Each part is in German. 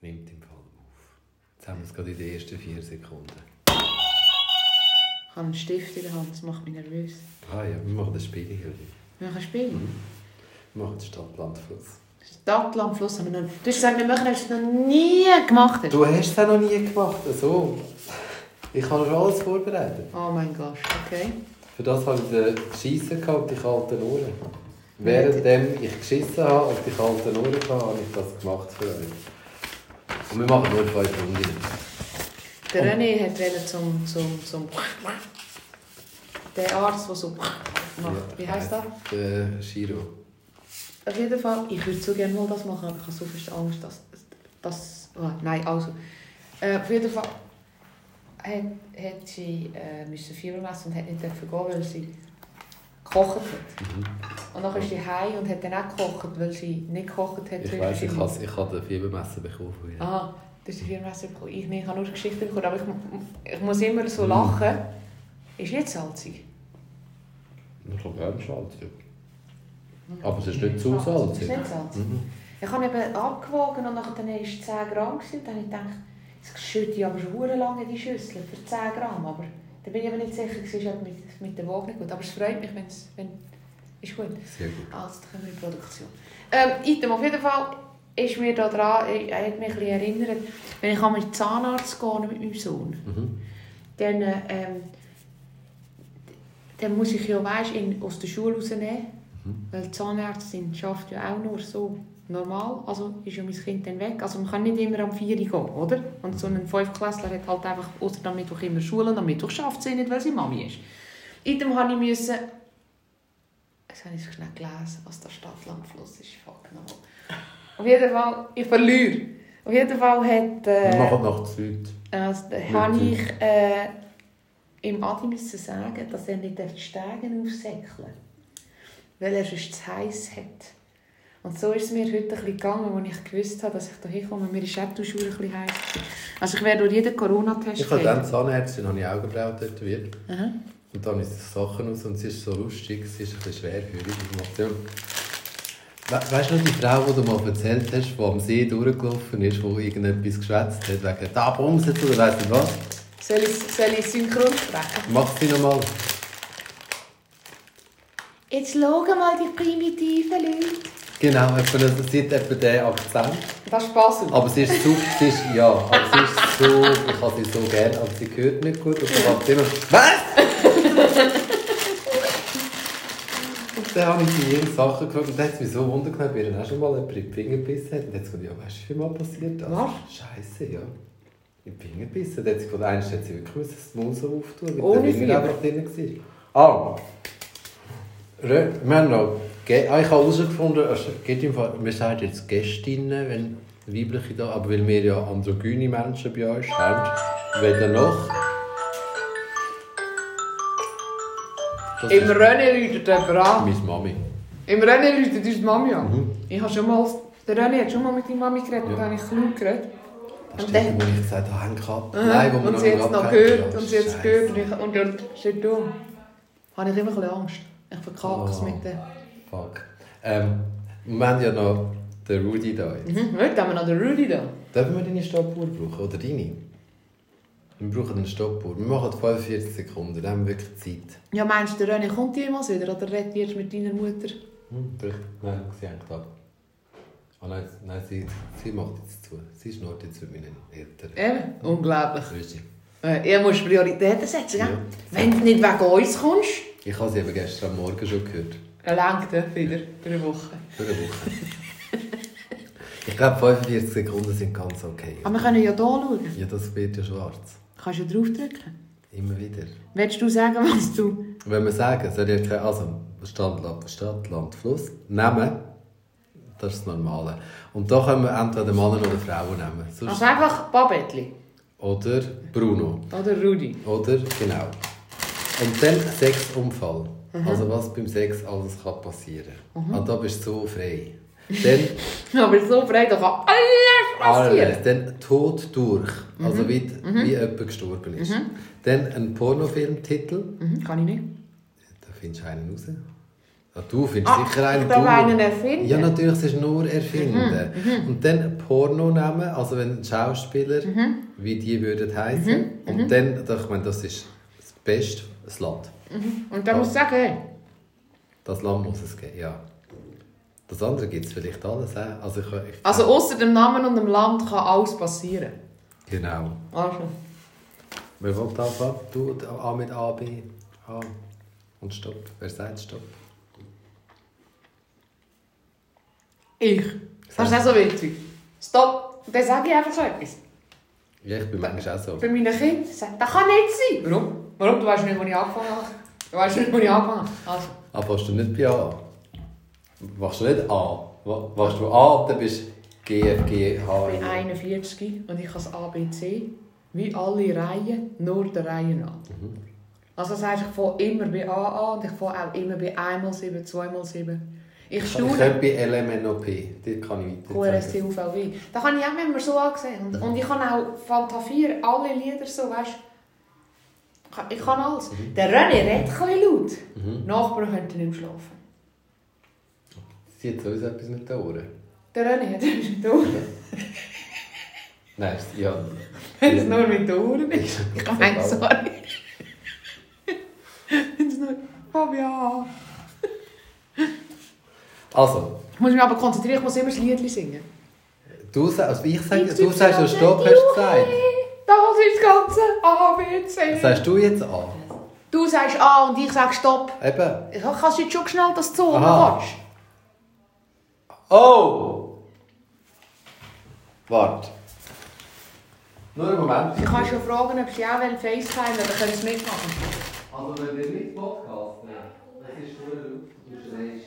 Nimmt im Fall auf. Jetzt haben wir es gerade in den ersten 4 Sekunden. Ich habe einen Stift in der Hand, das macht mich nervös. Ah ja, wir machen das Spiel hier. Wir machen ein Spiel? Wir machen Stadt, Land, Fluss. Stadt, Land, Fluss haben wir noch... Du hast gesagt, wir machen es noch nie gemacht. Du hast es auch noch nie gemacht, so. Ich habe schon alles vorbereitet. Oh mein Gott, okay. Für das habe ich den Schiessen gehabt, die kalten Ohren. Währenddem ich geschissen habe und die kalten Ohren hatte, habe ich das gemacht für euch. Und wir machen nur 5 Runden. Der René hat zum der Arzt, der so macht. Ja, Wie heisst das? Der Chiro. Auf jeden Fall, ich würde so gerne mal das machen, aber ich habe so viel Angst, dass nein, also. Auf jeden Fall hat sie müssen Fieber messen und hat nicht gehen, weil sie gekocht hat. Und dann ist sie heim und hat dann auch gekocht, weil sie nicht gekocht hat. Ich weiss, ich habe ein Fiebermesser bekommen von ihr. Aha, du hast ein Fiebermesser bekommen. Ich nicht, ich habe nur Geschichten bekommen, aber ich muss immer so lachen. Ist nicht salzig. Ich kann gerne salzig. Aber es ist nicht zu salzig. Es ist nicht salzig. Ich habe eben abgewogen und dann war es 10 Gramm. Und dann habe ich gedacht, jetzt schütte ich aber schon lange in die Schüssel für 10 Gramm. Aber da bin ich aber nicht sicher, es ist halt mit der Waage nicht gut. Aber es freut mich, wenn ist gut. Sehr gut. Also, dann kommen wir in die Produktion. Item, auf jeden Fall ist mir da dran, er hat mich ein bisschen erinnert, wenn ich einmal in den Zahnarzt gehe mit meinem Sohn, dann muss ich ja, ihn aus der Schule rausnehmen, weil die Zahnärztin arbeitet ja auch nur so normal, also ist ja mein Kind dann weg. Also man kann nicht immer am 4 Uhr gehen, oder? Und so ein 5-Klässler hat halt einfach, ausser am Mittwoch immer Schule und am Mittwoch schafft sie nicht, weil sie Mami ist. Item habe ich müssen, jetzt habe ich so schnell gelesen, was der Stadt-Land-Fluss ist. Fuck no. Auf jeden Fall, ich verliere. Auf jeden Fall hat... Wir machen noch die Leute. Habe ich ihm Adi müssen sagen, dass er nicht die Stegen aufsäckeln darf, weil er sonst zu heiß hat. Und so ist es mir heute ein bisschen gegangen, als ich gewusst habe, dass ich hierher komme. Mir ist auch die Schuhe ein bisschen heiß. Also ich werde durch jeden Corona-Test Ich habe dann Zahnärztin, habe ich Augenbrauen tätowiert. Und dann ist die Sachen aus und es ist so lustig, es ist ein bisschen schwerhörig. Weißt du noch die Frau, die du mal erzählt hast, die am See durchgelaufen ist, die irgendetwas geschwätzt hat, wegen «Da bumsen» oder weiss nicht was? Soll ich synchron sprechen? Mach sie nochmal. Jetzt schau mal die primitiven Leute. Genau, sie hat etwa den Akzent. Das ist Basel. Aber sie ist so, ich habe sie so gerne, aber sie hört nicht gut und sie macht immer «Was?» Und dann habe ich sie in Sachen gehört und dann hat es mich so wundert, wie er auch schon mal jemand in die Finger gebissen hat. Und dann hat sie gesagt, ja, weißt du, wie mal passiert das? Was? Scheisse, ja. In die Finger gebissen. Dann hat sie gesagt, einst hat sie wirklich das Mund so auftun, ohne weil der Finger einfach drin war. Wir haben noch... Ich habe herausgefunden, wir sagen jetzt Gästinnen, wenn weibliche da, aber weil wir ja androgyne Menschen bei uns haben, weder noch. Im René läutet jemand an. Meine Mami. Im René läutet unsere Mami an. Ich habe schon mal, der René hat schon mal mit deiner Mami geredet, und dann habe ich laut geredet. Und dann habe ich gesagt, häng ab. Nein, wo und sie hat es noch gehört, und sie hat es gehört, und dann steht da. Habe ich immer ein bisschen Angst. Ich verkacke es mit der... Fuck. Wir haben ja noch den Rudi da jetzt. Heute haben wir noch den Rudi da. Dürfen wir deine Stoppuhr brauchen? Oder deine? Wir brauchen eine Stoppuhr. Wir machen 45 Sekunden, dann haben wir wirklich Zeit. Ja, meinst du, der René kommt jemals wieder? Oder redet ihr mit deiner Mutter? Nein, sie hängt ab. Oh nein, sie macht jetzt zu. Sie schnurrt jetzt mit meinen Eltern. Eben, unglaublich. Grüße. Ihr müsst Prioritäten setzen, gell? Ja. Wenn du nicht wegen uns kommst... Ich habe sie eben gestern am Morgen schon gehört. Langt wieder für eine Woche. Für eine Woche. Ich glaube, 45 Sekunden sind ganz okay. Aber wir können ja hier schauen. Ja, das wird ja schwarz. Kannst du draufdrücken? Immer wieder. Willst du sagen, was du... Wenn wir sagen, soll ich also Stadt, Land, Fluss nehmen, das ist das Normale. Und da können wir entweder Männer oder Frauen nehmen. Sonst also einfach Babetli. Oder Bruno. Oder Rudi. Oder, genau. Und dann Sexunfall. Also was beim Sex alles kann passieren kann. Und da bist du so frei. Dann, aber so frei, da kann alles passieren. Alles. Dann Tod durch. Also wie jemand gestorben ist. Dann ein Pornofilmtitel. Kann ich nicht. Da findest du einen raus. Ja, du findest sicher einen. Da einen erfinden. Ja, natürlich, es ist nur erfinden. Und dann Porno nehmen, also wenn Schauspieler, wie die würden heißen. Und dann, ich meine, das ist das beste Land. Und dann muss ich sagen, das Land muss es geben, ja. Das andere gibt es vielleicht alles auch. Also ausser dem Namen und dem Land kann alles passieren. Genau. Also. Wer will anfangen? Du, A mit A, B, A. Und Stopp. Wer sagt Stopp? Ich. Das ist auch so wichtig. Stopp. Dann sage ich einfach so etwas. Ja, ich bin manchmal auch so. Für meine Kinder sagt, das kann nicht sein. Warum? Warum? Du weißt nicht, wo ich angefangen habe. Du weißt nicht, wo ich angefangen habe. Also. Aber machst du nicht bei A? Machst du nicht A? Machst du A und dann bist du G, F, G, H, Ich bin 41 und ich habe das A, B, C. Wie alle Reihen, nur der Reihe nach. Also das heisst, ich fange immer bei A an und ich fange auch immer bei 1x7, 2x7. Ich könnte bei LMNOP, die kann ich weiter QRST, UVW. Da kann ich auch immer so angesehen. Und ich kann auch Fanta 4, alle Lieder so, weißt du. Ich kann alles. Der René redet ein bisschen laut. Die Nachbarn könnten nicht mehr schlafen. Zieht so etwas mit den Ohren? Der René hat etwas mit den Ohren. Nein, ja. Wenn es nur mit den Ohren ist. Ich meine, sorry. Wenn es nur... Fabian. Also. Ich muss mich aber konzentrieren, ich muss immer das Lied singen. Du sagst ja Stopp, hast du gesagt. Das ist das ganze ABC. Sagst du jetzt A? Du sagst A und ich sage Stopp. Eben. Kannst du jetzt schon schnell das Zonen willst? Oh! Warte. Nur einen Moment. Ich kann schon fragen, ob sie auch FaceTime wollen, dann können sie mitmachen. Also wenn wir nicht podcasten, das ist nur laut, du schreist.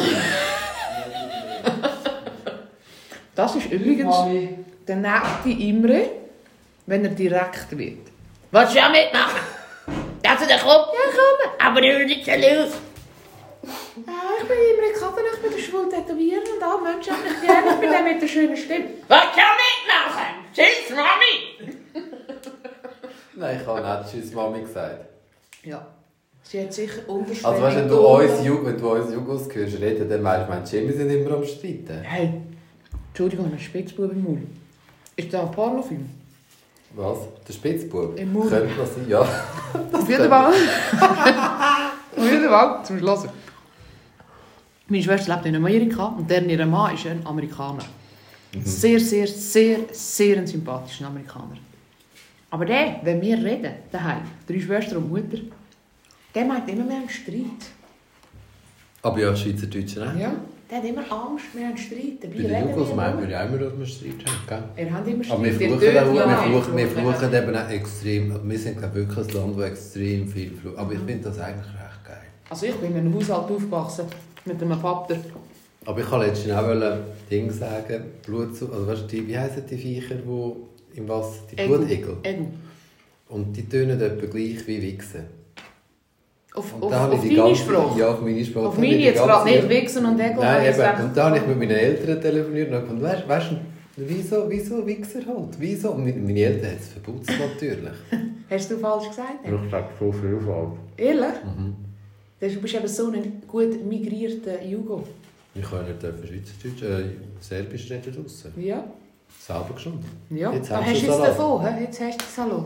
Das ist übrigens der nächste Imre, wenn er direkt wird. Willst du ja mitmachen? Dass er kommt? Ja, komm. Aber du nicht so laut. Ja, ich bin Imre Kappen, ich bin der schwul Tätowieren und alle Menschen haben mich gerne. Ich bin der mit der schönen Stimme. Willst du ja mitmachen? Tschüss, Mami! Nein, ich habe nicht Tschüss, Mami gesagt. Ja. Sie hat sicher unterschwellig. Also weißt, wenn du uns Jugos hörst reden, dann meinst du, wir sind immer am Streiten. Hey, Entschuldigung, ein Spitzbub im Mund. Ist das ein Pornofilm? Was? Der Spitzbub? Im Mund. Könnte das sein? Ja. Auf jeden Fall. Auf jeden Fall, zum Schluss. Meine Schwester lebt in Amerika und ihr Mann ist ein Amerikaner. Sehr, sehr, sehr, sehr ein sympathischer Amerikaner. Aber der, wenn wir reden, daheim, 3 Schwestern und Mutter, der meint immer, wir haben Streit. Aber ja, Schweizerdeutschen auch. Ja, der hat immer Angst, wir haben Streit. Bei den Jugos meinen wir ja immer, dass wir Streit haben. Wir haben immer Streit. Aber wir fluchen eben auch extrem. Wir sind glaube ich wirklich ein Land, das extrem viel flucht. Aber ich finde das eigentlich recht geil. Also ich bin in einem Haushalt aufgewachsen mit einem Vater. Aber ich wollte letztens auch Ding sagen, also weißt du, wie heissen die Viecher, die im Wasser, die Blutegel? Und die tönen etwa gleich wie Wichsen. Auf deine Sprache? Ja, auf meine Sprache. Auf meine jetzt gerade nicht, Wichsen und Egel. Nein, eben. Und da habe ich mit meinen Eltern telefoniert und gesagt, weißt du, wieso Wichser halt? Wieso? Und meine Eltern haben es verputzt natürlich. Hast du falsch gesagt? Ich sage so viel falsch. Ehrlich? Du bist eben so ein gut migrierter Jugo. Ich kann nicht Schweizerdeutsch, Serbisch reden draussen. Ja. Selber schon. Ja, jetzt hast du es davon, jetzt hast du es Hallo.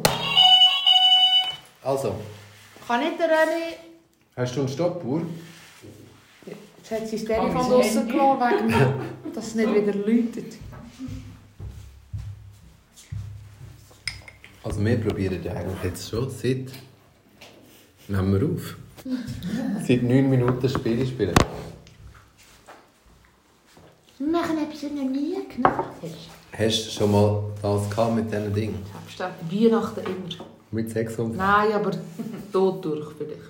Also. Kann nicht der René... Hast du einen Stoppuhr? Jetzt hat sie das Telefon draussen gelassen, wegen dass es nicht wieder läutet. Also wir probieren ja eigentlich jetzt schon seit... Nehmen wir auf. Seit 9 Minuten spielen. Wir machen etwas, was du noch nie gemacht hast. Hast du schon mal das gehabt mit diesen Dingen? Ich habe Weihnachten immer. Mit 600? Nein, aber tot durch für dich.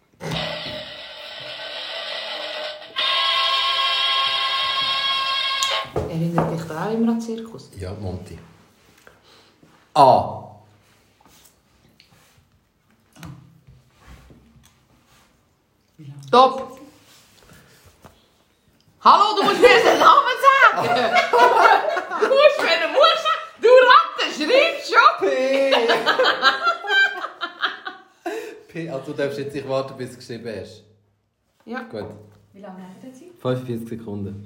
Erinnert dich da auch immer an den Zirkus? Ja, Monty. A. Stopp! Hallo, du musst mir den Namen sagen! Du musst, wenn du musst, du Ratte, schreibst schon! P. Also du darfst jetzt nicht warten, bis du geschrieben hast. Ja. Gut. Wie lange hat er Zeit? 45 Sekunden.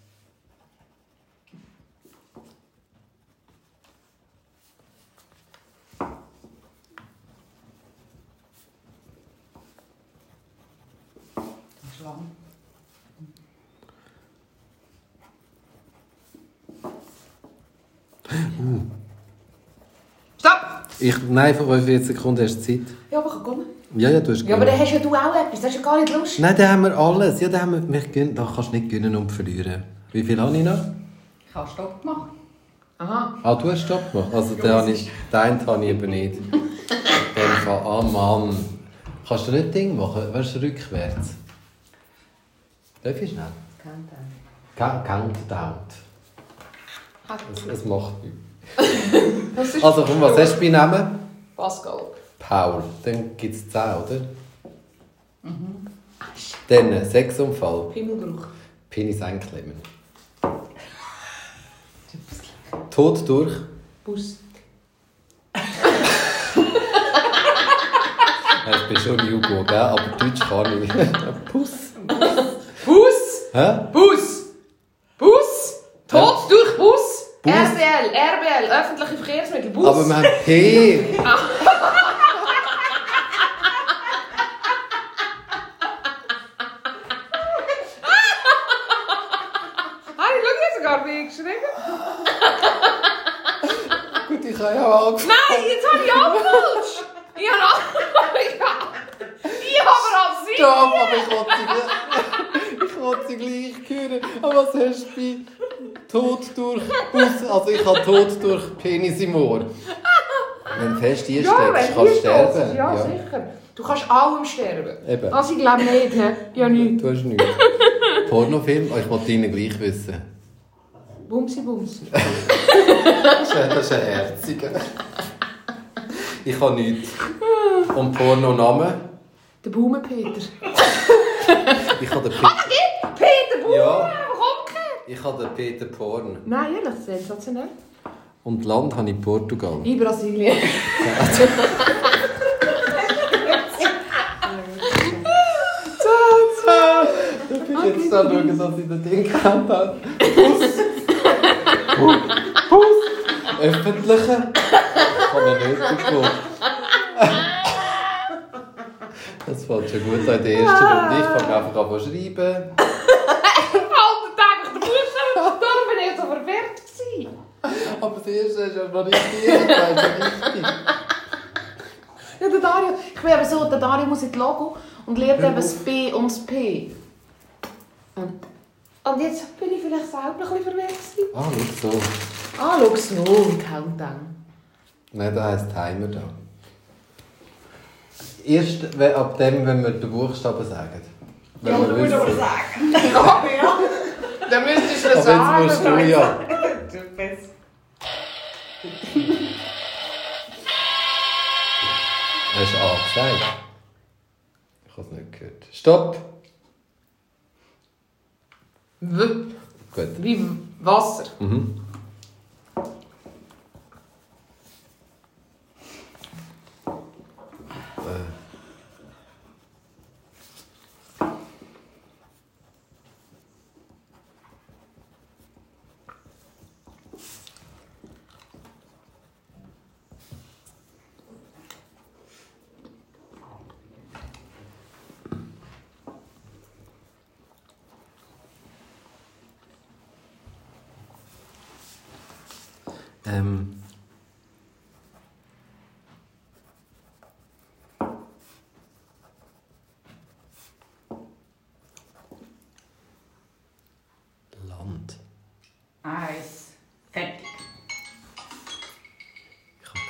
Das ist lang. Stopp! Nein, vor 45 Sekunden hast du Zeit. Ja, aber komm. Ja, du hast Ja, aber dann hast ja du auch etwas. Das ist ja gar nicht lustig. Nein, da haben wir alles. Ja, da haben wir da kannst du nicht gewinnen und verlieren. Wie viel habe ich noch? Ich habe Stopp gemacht. Aha. Ah, du hast Stopp gemacht? Also den habe ich eben nicht. Ah, Mann. Kannst du nicht Ding machen? Weißt du, rückwärts? Darf ich schnell? Countdown. Es macht nichts. Also komm, was hast du bei Namen? Pascal. Paul. Dann gibt es 10, oder? Mhm. Dann Sexunfall. Himmelbruch. Penis einklemmen. Tod durch. Bus. Ich bin schon Jugo, gell? Aber Deutsch kann ich nicht. Bus. Bus? Hä? Bus. Bus? Tod durch Bus? Bus? RBL, öffentliche Verkehrsmittel, Bus. Aber wir haben P. Gut, ich habe ja auch angefangen. Nein, jetzt habe ich auch falsch. Ich habe aber als Stopp, aber ich wollte sie gleich hören. Aber was hast du bei Tod durch Bus? Also ich habe Tod durch Penis im Ohr. Wenn du fest einsteckst, kannst du sterben. Ja, sicher. Du kannst allem sterben. Eben. Also ich glaube nicht, he? Ja, nichts. Du hast nichts. Pornofilm? Oh, ich wollte deinen gleich wissen. Bumsi. Das ist ein herziger. Ich habe nichts. Und Pornonamen? Der Baumenpeter. Ich habe den Peter. Peter Baumen, Ja. komm. Ich habe den Peter Porn. Nein, ehrlich, sensationell. Und Land habe ich Portugal. In Brasilien. Da bin ich jetzt da schauen, dass ich den Ding gekannt habe. Bus. Öffentliche. Ich habe ihn nicht bekommen. Das fällt schon gut an der ersten Runde. Ich fange einfach an zu schreiben. Alter, Tag, der Buchstaben. Darum bin ich so verwirrt. Aber das erste ist ja noch nicht richtig. Das ist ja richtig. Ja, der Dario. Ich bin eben so, der Dario muss in die Logo und lernt eben das B und das P. Und jetzt bin ich vielleicht selber ein bisschen verwirrt. Ah, schau so. Ah, schau es noch, Countdown. Nein, das heisst Timer da. Erst ab dem, wenn wir den Buchstaben sagen. Wenn Ja, wir du musst wissen. aber sagen. Ja. Dann müsstest du es sagen. Aber jetzt musst du ja. Hast du A gesagt? Ich habe es nicht gehört. Stopp! Gut. Wie Wasser. Mhm. Land. Eis. Fertig. Ich habe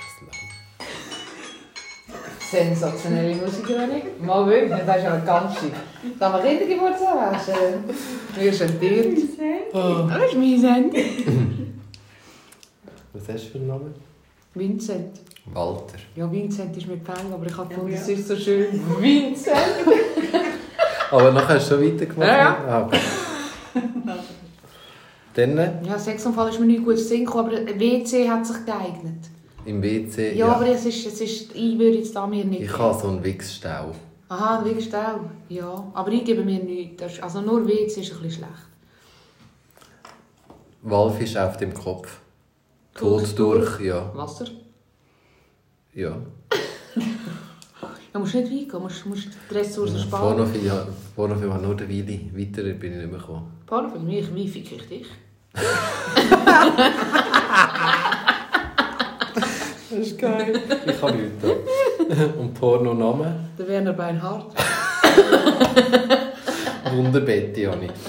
kein Land. Sensationelle Musik, oder nicht? Mal wirklich, das ist ja ganz schick. Da wir Kindergeburtstag hast, wirst du entehrt. Oh. Das ist mein Send. Was hast du für einen Namen? Vincent. Walter. Ja, Vincent ist mit Fang, aber ich habe gefunden, es ist so schön. Vincent! Aber nachher hast du schon weitergemacht? Ja. Ah, okay. Dann? Ja, Sexunfall ist mir nicht gut Sinn gekommen, aber WC hat sich geeignet. Im WC? Ja, aber es ist, ich würde jetzt da mir nicht... Ich habe so einen Wichsstau. Aha, wirklich auch. Ja, aber ich gebe mir nichts. Also nur WC ist ein bisschen schlecht. Walfisch auf dem Kopf. Tod durch, ja. Wasser? Ja. Du musst nicht weggehen, du musst die Ressourcen sparen. Pornofilm hat nur eine Weile. Weiter bin ich nicht mehr gekommen. Pornofilm? Wie fick ich dich? Das ist geil. Ich kann nichts. Und Pornonamen? Der Werner Beinhardt. Wunderbette habe ich.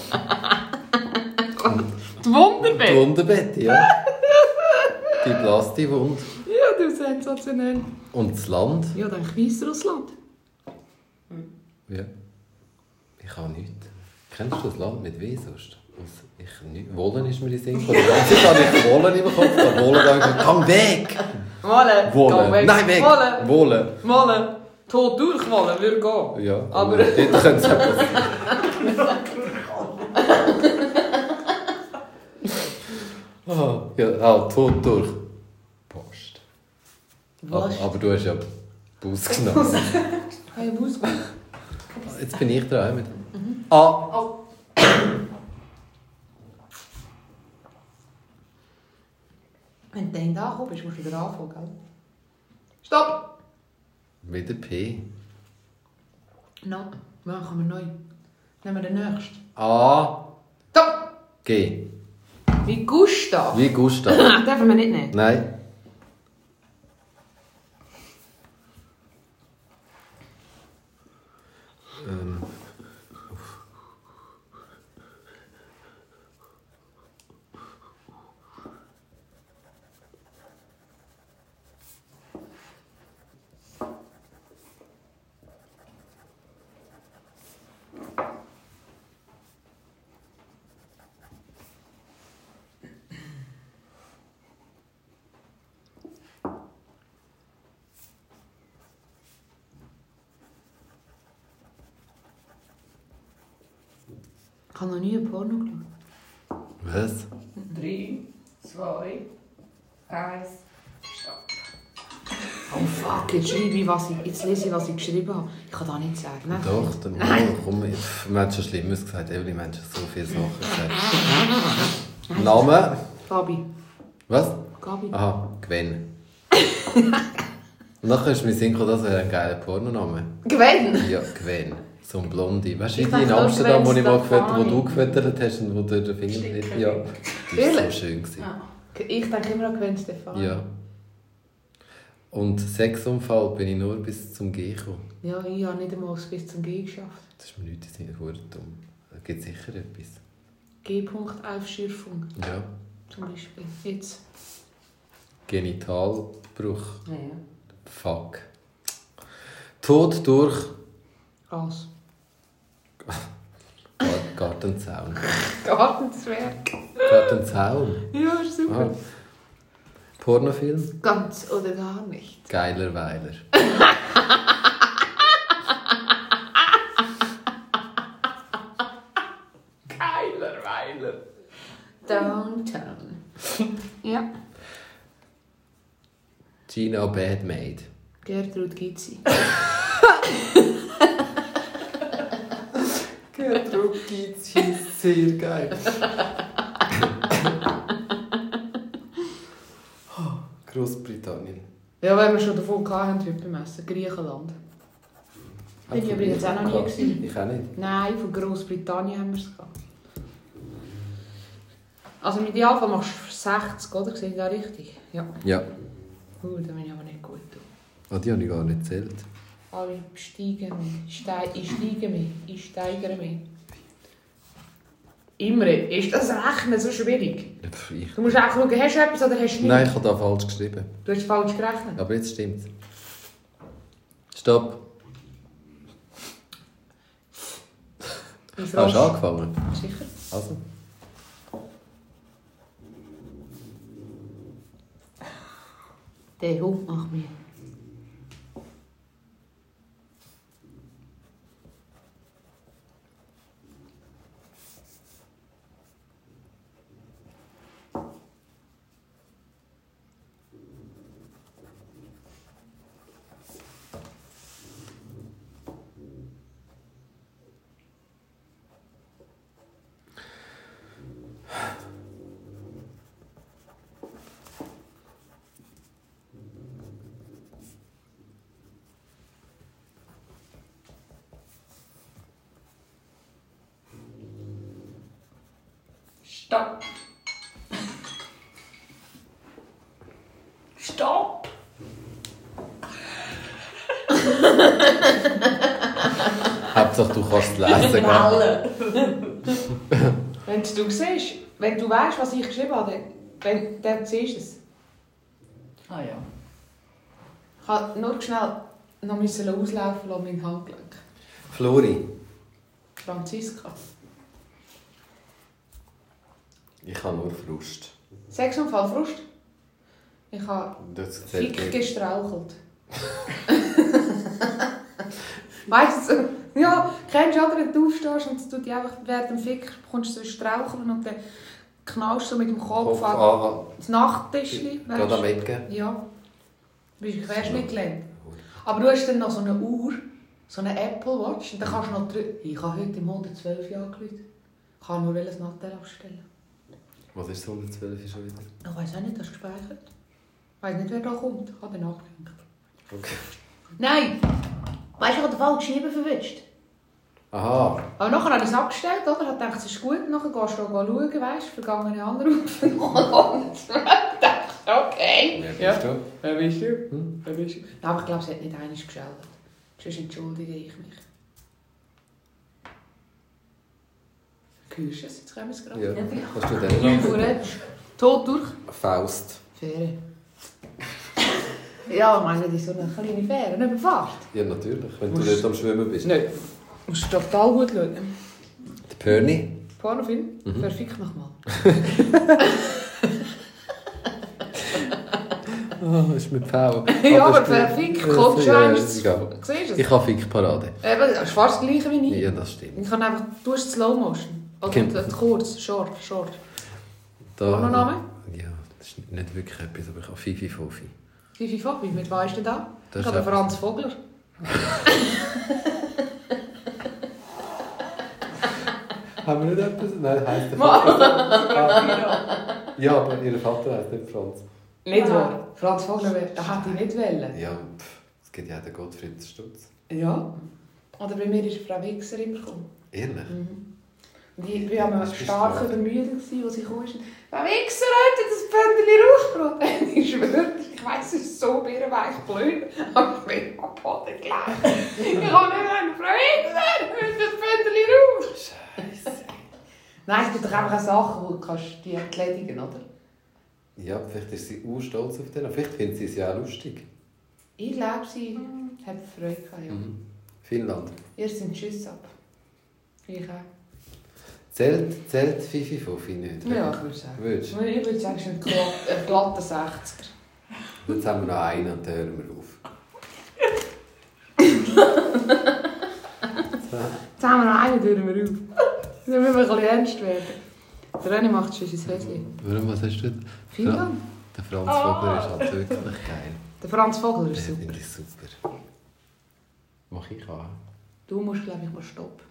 Die Wunderbett? Die Wunderbette, ja. Die Plastiwund. Ja, du sensationell. Und das Land? Ja, dann Weißrussland. Ja. Ich habe nichts. Kennst du das Land mit W sonst? Wollen ist mir die Sinn gekommen. Die ganze Zeit habe ich Wollen im Kopf. Wollen dann gesagt, komm weg! Wollen. Nein, weg! Wollen. Wollen. Tot durchwollen, würde gehen. Ja, aber... dort könnte es auch passieren. Ja, tot durch. Post. Was? Aber du hast ja Bus genommen. Hey, Bus genommen. Jetzt bin ich dran mit. Oh. Wenn du dann da kommst, musst du wieder anfangen, gell? Stopp! Wieder P. No. Machen wir neu. Nehmen wir den nächsten. A. Stopp! G. Wie Gustav. Wie Gustav. Dürfen wir nicht nehmen? Nein. Ich habe noch nie ein Porno geschaut. Was? 3, 2, 1, stopp. Oh fuck, jetzt schreibe ich, jetzt lese ich, was ich geschrieben habe. Ich kann das nicht sagen. Nein. Doch, dann komm, wir haben schon Schlimmes gesagt. Evelyn, wir haben schon so viele Sachen gesagt. Name? Gabi. Was? Gabi. Aha, Gwen. Und dann kannst du mir singen, das wäre ein geiler Pornoname. Gwen? Ja, Gwen. So ein Blondie. Weißt du, Ich die in dachte, Amsterdam, wo, Gwen wo du gefüttert hast und wo du den Finger nicht... Ja, die war so Ehrlich? schön. Gewesen. Ja. Ich denke immer an Gwen Stefani. Ja. Und Sexunfall bin ich nur bis zum G gekommen. Ja, ich habe nicht einmal bis zum G geschafft. Das ist mir nicht in den Sinn dumm. Da gibt es sicher etwas. G-Punkt-Aufschürfung. Ja. Zum Beispiel. Jetzt. Genitalbruch. Ja, ja. Fuck. Tod durch Gas. Gartenzaun. Gartenzwerg. Gartenzaun. Ja, ist super. Ah. Pornofilm? Ganz oder gar nicht. Geiler Weiler. Geiler Weiler. Downtown. Ja. Gina Badmaid. Gertrud Gizzi. Gertrud Gizzi ist sehr geil. Großbritannien. Ja, weil wir schon davon hatten, heute beim Essen. Griechenland. Bin ich übrigens auch noch nie gewesen. Ich auch nicht. Nein, von Großbritannien haben wir es gehabt. Also im Idealfall machst du 60, oder? Sehe ich das richtig? Ja. Ja. Da bin ich aber nicht gut. Oh, die habe ich gar nicht gezählt. Alle steigen mich. Ich steigere mich. Imre, ist das Rechnen so schwierig? Du musst auch schauen, hast du etwas oder hast du nicht? Nein, ich habe da falsch geschrieben. Du hast falsch gerechnet. Aber jetzt stimmt's. Stopp. Hast du angefangen? Sicher. Also. Der Hund macht mir. Stopp. Stopp. Hauptsache, du kannst es lesen. Gell? Alle. Wenn du siehst, wenn du weißt, was ich geschrieben habe, dann siehst du es. Ah ja. Ich musste nur schnell noch auslaufen lassen, mein Handgelenk. Flori. Franziska. Ich habe nur Frust. Sexunfall, Frust? Ich habe Das zählt Fick nicht. gestrauchelt. Weißt du, ja, kennst du, wenn du aufstehst und du dich einfach während dem Fick kommst du so straucheln und dann knallst du mit dem Kopf an das Nachttischli. Gerade am Ecken. Ja. Du bist querschnitt gelähmt. Aber du hast dann noch so eine Uhr, so eine Apple Watch, und dann kannst du noch drücken. Ich habe heute im 112 Jahr angerufen. Ich kann nur das Nattel abstellen. Was ist das 112 schon wieder? Ich weiss auch nicht, das ist gespeichert. Ich weiss nicht, wer da kommt. Ich habe den abgehängt. Okay. Nein! Weißt du, ich habe den falschen Schieber verwischt. Aha. Aber nachher habe ich es abgestellt, oder? Ich dachte, es ist gut. Nachher gehst du schauen, weißt du, vergangene Anrufe. Und ich dachte, okay. Wer bist du? Wer bist du? Wer bist du? Ja, aber ich glaube, es hat nicht einmal geschildert. Sonst entschuldige ich mich. Hörst du es? Jetzt kommen wir es gerade. Ja. Hast du den noch? Vorrätsch. Tot durch. Faust. Fähre. Ja, ich meine, das ist so eine kleine Fähre, eine Überfahrt. Ja, natürlich. Wenn du nicht am Schwimmen bist. Nein. Du musst total gut schauen. Der Pörni. Pornofilm? Verfick mich mal. Oh, ist mit V. Ja, aber verfick, Kopfschwein. Siehst Ja, du es? ich habe Fick-Parade. Das ist fast das gleiche wie ich. Ja, das stimmt. Ich kann einfach, du hast Slow Motion. Oder kurz, short. Da, Pornoname? Ja, das ist nicht wirklich etwas, aber ich habe Fifi Fofi. Fifi Fofi, mit was ist denn da? Das Ich ist habe Franz Vogler. Haben wir nicht etwas? Nein, heisst der Vater. Ja, aber ihr Vater heisst nicht Franz. Nicht wahr? Franz Vogler, das hätte ich nicht wollen. Ja, es gibt ja den Gottfried Stutz. Ja. Oder bei mir ist Frau Wichser immer gekommen. Ehrlich? Und ich war Was bist stark du? übermüdet, als sie kam. Frau Wichser, heute das Pfändchen Rauchbrot. Ich schwöre, ich weiss, es ist so birrenweich blöd, aber ich bin am Boden gelegen. Ich habe nicht sagen, Frau Wichser, heute das Pfändchen Rauch. Scheiße. Nein, es gibt doch einfach Sachen, wo du kannst die erledigen, oder? Ja, vielleicht ist sie stolz auf den. Vielleicht findet sie es ja auch lustig. Ich glaube, sie hat Freude gehabt, ja. Finnland. Ihr sind Tschüss ab. Ich auch. Zählt Fifi Fofi nicht? Ja, ich würde sagen. Würdest du? Ich würde sagen, es ist ein glatter 60er. Jetzt haben wir noch einen und dann hören wir auf. Jetzt haben wir noch einen, hören wir auf. Dann müssen wir ein bisschen ernst werden. Der René macht schon sein Häuschen. Warum, was hast du denn? Finnland? Der Franz Vogler ist halt wirklich geil. Der Franz Vogler ist Den super. finde ich super. Mach ich auch. Du musst, glaube ich, mal stoppen.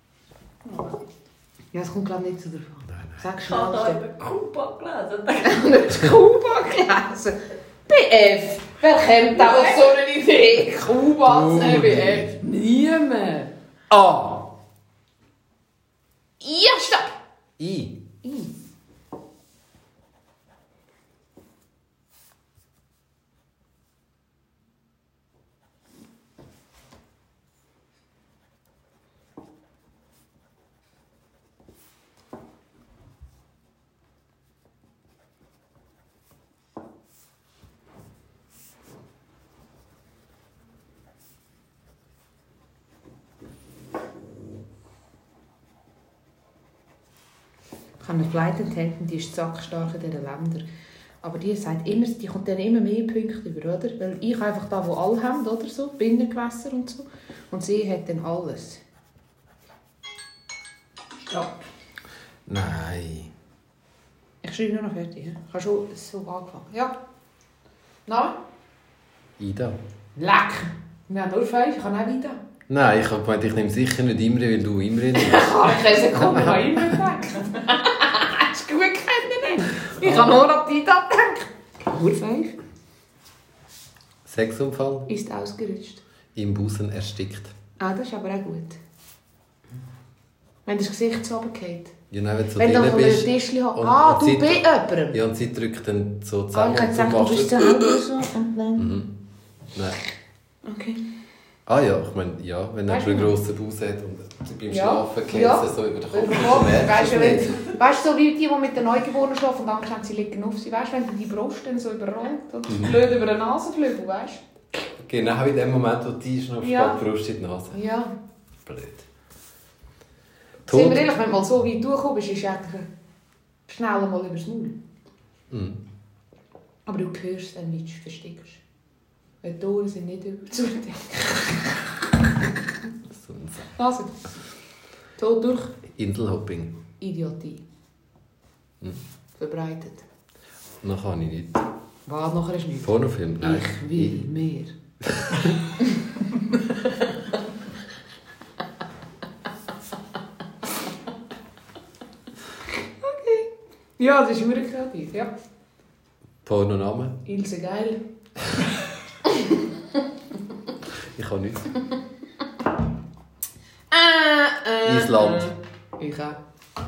Ja, es kommt, glaube ich, nicht zu davon. Nein. Sag Ich schnell. habe da stopp. über Kuba gelesen. Du hast Kuba gelesen. BF? Wer kommt da auf so eine Idee? Kuba zu nehmen, BF? Niemand. Ah! Ja, stopp! I. Ich habe eine Flight Attendant, die ist sackstark in diesen Ländern. Aber die sagt immer, die kommt dann immer mehr Punkte über, oder? Weil ich einfach da, wo alle haben, oder so, Binnengewässer und so. Und sie hat dann alles. Stopp. Nein. Ich schreibe nur noch fertig. Ich habe schon so angefangen. Ja. Na? Ida. Leck! Wir haben nur 5, ich habe auch wieder. Nein, ich habe gemeint, ich nehme sicher nicht Imre, weil du Imre nimmst. Ich habe keine Sekunde an immer gedacht. Hast du gut kennen? Ich habe nur an die da gedacht. Nur 5. Sexunfall. Ist ausgerutscht. Im Busen erstickt. Ah, das ist aber auch gut. Wenn das Gesicht so runtergeht. Ja, nein, wenn du so Wenn du drin noch ein bist. Tischchen hast. und Du sie- bei jemandem? Ja, und sie drückt dann so Ich zusammen. hätte gesagt, du bist zu Hause so und dann... Nein. Okay. Ah ja, ich meine, ja, wenn er Weißt du einen noch? grossen Bus hat und beim Ja. Schlafen glänzt Ja. so über den Kopf. Überhaupt. merkst du es nicht. Weißt du, so wie die mit den Neugeborenen schlafen und Angst haben, sie liegen auf sie. Weißt du, wenn die Brust dann so überrollt und blöd über den Nasenflügel, weißt Genau in dem Moment, wo die Einschnupfst, Ja. geht die Brust in die Nase. du? Ja. Blöd. Sind wir ehrlich, wenn du mal so weit durchkommst, ist es eigentlich schnell mal übers Maul. Mhm. Aber du hörst es dann nicht, du versteckst. Weil die Ohren sind nicht überzudecken. So ein Also, so durch Inselhopping. Idiotie. Verbreitet. Noch kann ich nicht. Was nachher ist nichts. Pornofilm? Nein. Ich will mehr. Okay. Ja, das ist wirklich kreativ, ja. Pornonamen? Ilse geil. Ich kann nichts. Island. Island. Ich auch.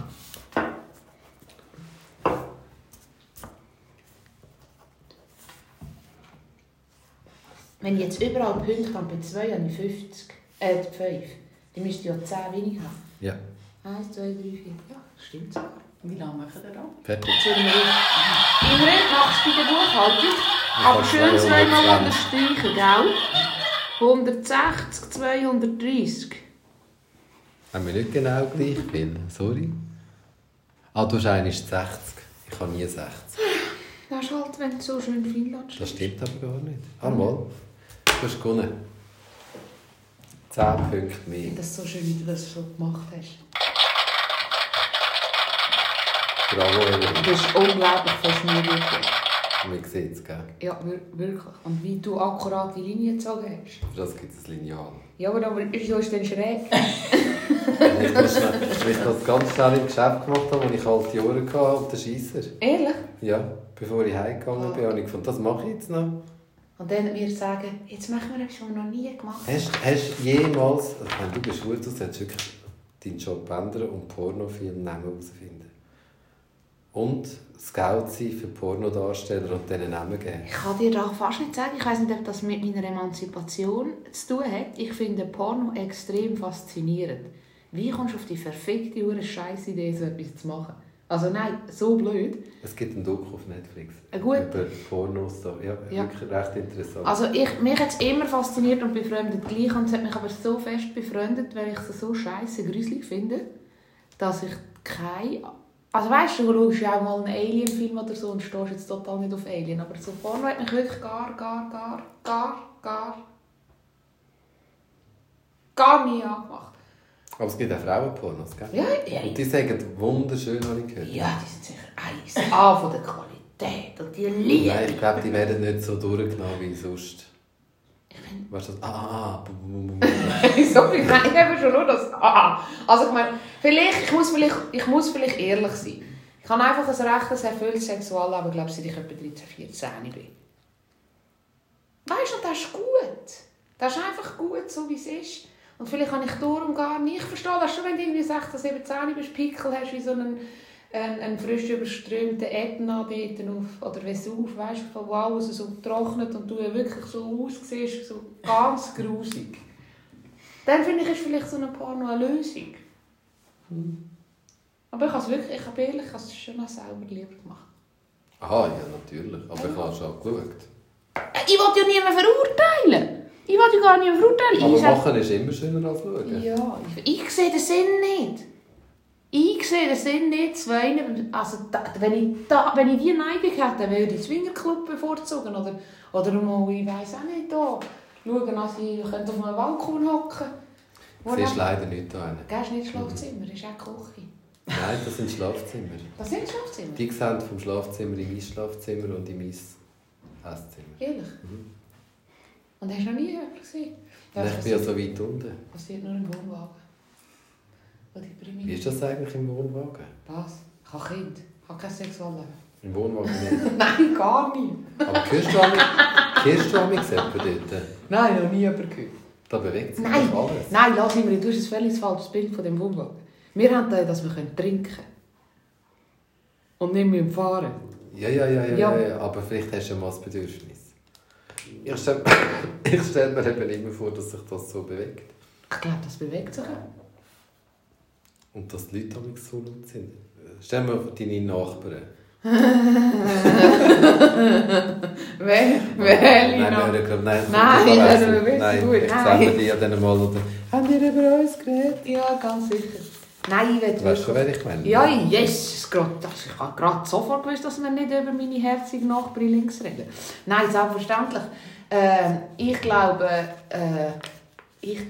Wenn ich jetzt überall Punkte habe, bei 2 habe ich 50. 5. Dann müsst ihr ja 10 weniger haben. Ja. 1, 2, 3, 4. Ja, stimmt sogar. Wie lange machen wir da? Fertig. Jetzt sind wir auf. Immerhin machst du bei der Buchhaltung. Aber habe schön 220. zweimal unterstreichen, gell? 160, 230. Haben wir nicht genau gleich viel? Sorry. Ah, du hast eigentlich 60. Ich habe nie 60. Das ist halt, wenn du so schön Finnland Das stehst. stimmt aber gar nicht. Einmal. Du hast gewonnen. 10 Punkte Ich mehr. finde das so schön, wie du das so gemacht hast. Bravo, Evelyn. Du bist unglaublich verschmiert. Man sieht es, gell? Ja, wirklich. Und wie du akkurat die Linie gezogen hast. Für das gibt es ein Lineal. Ja, aber wieso ist denn schräg? Ich muss das ganz schnell im Geschäft gemacht haben, als ich alte Ohren hatte und den Scheisser. Ehrlich? Ja, bevor ich heimgegangen bin, habe ich gefunden, das mache ich jetzt noch. Und dann mir sagen, jetzt machen wir etwas, was wir noch nie gemacht haben. Hast du jemals, also wenn du bist gut, du solltest wirklich deinen Job ändern und Pornofilmnamen herausfinden. Und Scout sein für Pornodarsteller und denen Namen geben. Ich kann dir da fast nicht sagen, ich weiss nicht, ob das mit meiner Emanzipation zu tun hat. Ich finde Porno extrem faszinierend. Wie kommst du auf die verfickte scheiß Idee, so etwas zu machen? Also nein, so blöd. Es gibt einen Doku auf Netflix Gut. über Pornos. Ja, Ja. wirklich recht interessant. Also mich hat es immer fasziniert und befremdet gleich. Und es hat mich aber so fest befremdet, weil ich es so scheiße gruselig finde, dass ich keine... Also weißt du, du schaust ja auch mal einen Alien-Film oder so und stehst jetzt total nicht auf Alien. Aber so Porno hat mich wirklich gar nie angemacht. Aber es gibt auch Frauenpornos, gell? Ja, ja. Und die sagen wunderschön, habe ich gehört. Ja, die sind sicher 1A von der Qualität und die lieben. Nein, ich glaube, die werden nicht so durchgenommen wie sonst. Ich bin... Weißt du, das? So viel, nein, ich habe schon nur das Also ich meine, ich muss vielleicht ehrlich sein. Ich habe einfach ein recht erfülltes Sexualleben, glaube ich, seit ich etwa 13, 14 bin. Weißt du, und das ist gut. Das ist einfach gut, so wie es ist. Und vielleicht habe ich darum gar nicht verstehen. Das schon, wenn du irgendwie 16, 17 bist, Pickel hast, wie so einen frisch überströmten Ätna dort auf, oder Vesuv, weißt du, wo alles so trocknet und du wirklich so aussiehst, so ganz grusig. Dann finde ich, ist vielleicht so ein Porno eine Lösung. Aber ich habe es wirklich, ich habe ehrlich, ich habe es schon noch selber lieber gemacht. Aha, ja, natürlich. Aber ich habe schon geschaut. Ich will ja niemanden verurteilen. Ich will ja gar niemanden verurteilen. Aber Ich sage- machen ist immer schöner als schauen. Ja, ich sehe den Sinn nicht. Ich sehe den Sinn nicht. Also, wenn ich die Neigung hätte, dann würde ich den Swingerclub bevorzugen. Oder mal, ich weiss auch nicht, da schauen, dass ich auf einem Balkon hocken. Sie ist leider nicht da. Das ist nicht Schlafzimmer, das ist auch Küche. Nein, das sind Schlafzimmer. Das sind Schlafzimmer? Die sehen vom Schlafzimmer in mein Schlafzimmer und in mein Esszimmer. Ehrlich? Und hast du noch nie jemanden gesehen? Und ich bin ja so weit unten. Passiert nur im Wohnwagen. Wie ist das eigentlich im Wohnwagen? Was? Ich habe Kind. Ich habe kein Sexualleben. Im Wohnwagen nicht. Nein, gar nicht. Aber hörst du an mich selber dort? Nein, noch nie jemanden gehört. Da bewegt sich Nein, doch alles. nein, lass mich, du hast ein völlig falsches Bild von dem Wohnwagen. Wir haben da, dass wir trinken können. Und nicht mit dem Fahren. Ja, aber vielleicht hast du ja mal das Bedürfnis. Ich stell mir eben immer vor, dass sich das so bewegt. Ich glaube, das bewegt sich. Und dass die Leute damit so laut sind. Stell dir mal deine Nachbarn. Nein, gut. Ich sage dir ja dann mal, oder haben die über uns geredet? Ja, ganz sicher. Nein, ich will weißt du, wer ich meine? Ja, yes! Ich habe gerade sofort gewusst, dass wir nicht über meine herzige Nachbarin links reden. Nein, selbstverständlich. Ich glaube... Ich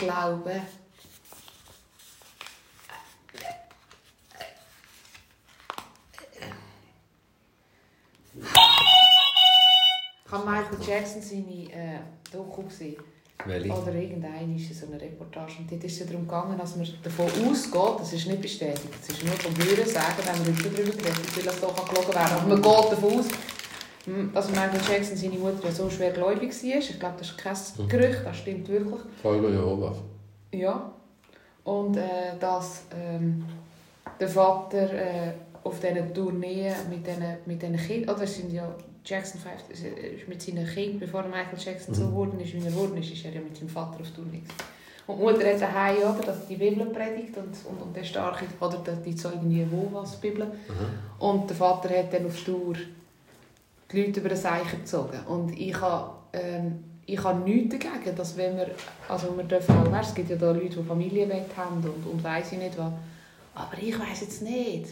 habe Michael Jackson seine Doku gesehen. Welche? Oder irgendeine ist so eine Reportage. Und dort ist es darum gegangen, dass man davon ausgeht, das ist nicht bestätigt, es ist nur vom Hören sagen, wenn man nicht darüber redet, weil das doch gelogen werden. Aber man geht davon aus, dass Michael Jackson seine Mutter so schwer gläubig war. Ich glaube, das ist kein Gerücht, das stimmt wirklich. Folge Jehovas. Ja. Und dass der Vater auf diesen Tourneen mit diesen Kindern, oder es sind ja Jackson 5 ist mit seinen Kindern, bevor Michael Jackson so geworden ist, wie er geworden ist er ja mit seinem Vater auf Tournee. Und die Mutter hat daheim, oder, dass die Bibel predigt und der starke, oder die Zeugen Jehovas Bibel. Und der Vater hat dann auf Tour die Leute über den Seichen gezogen. Und ich habe nichts dagegen, dass wenn wir, also wir dürfen auch, weißt, es gibt ja da Leute, die Familienbett haben und weiss ich nicht was. Aber ich weiss jetzt nicht,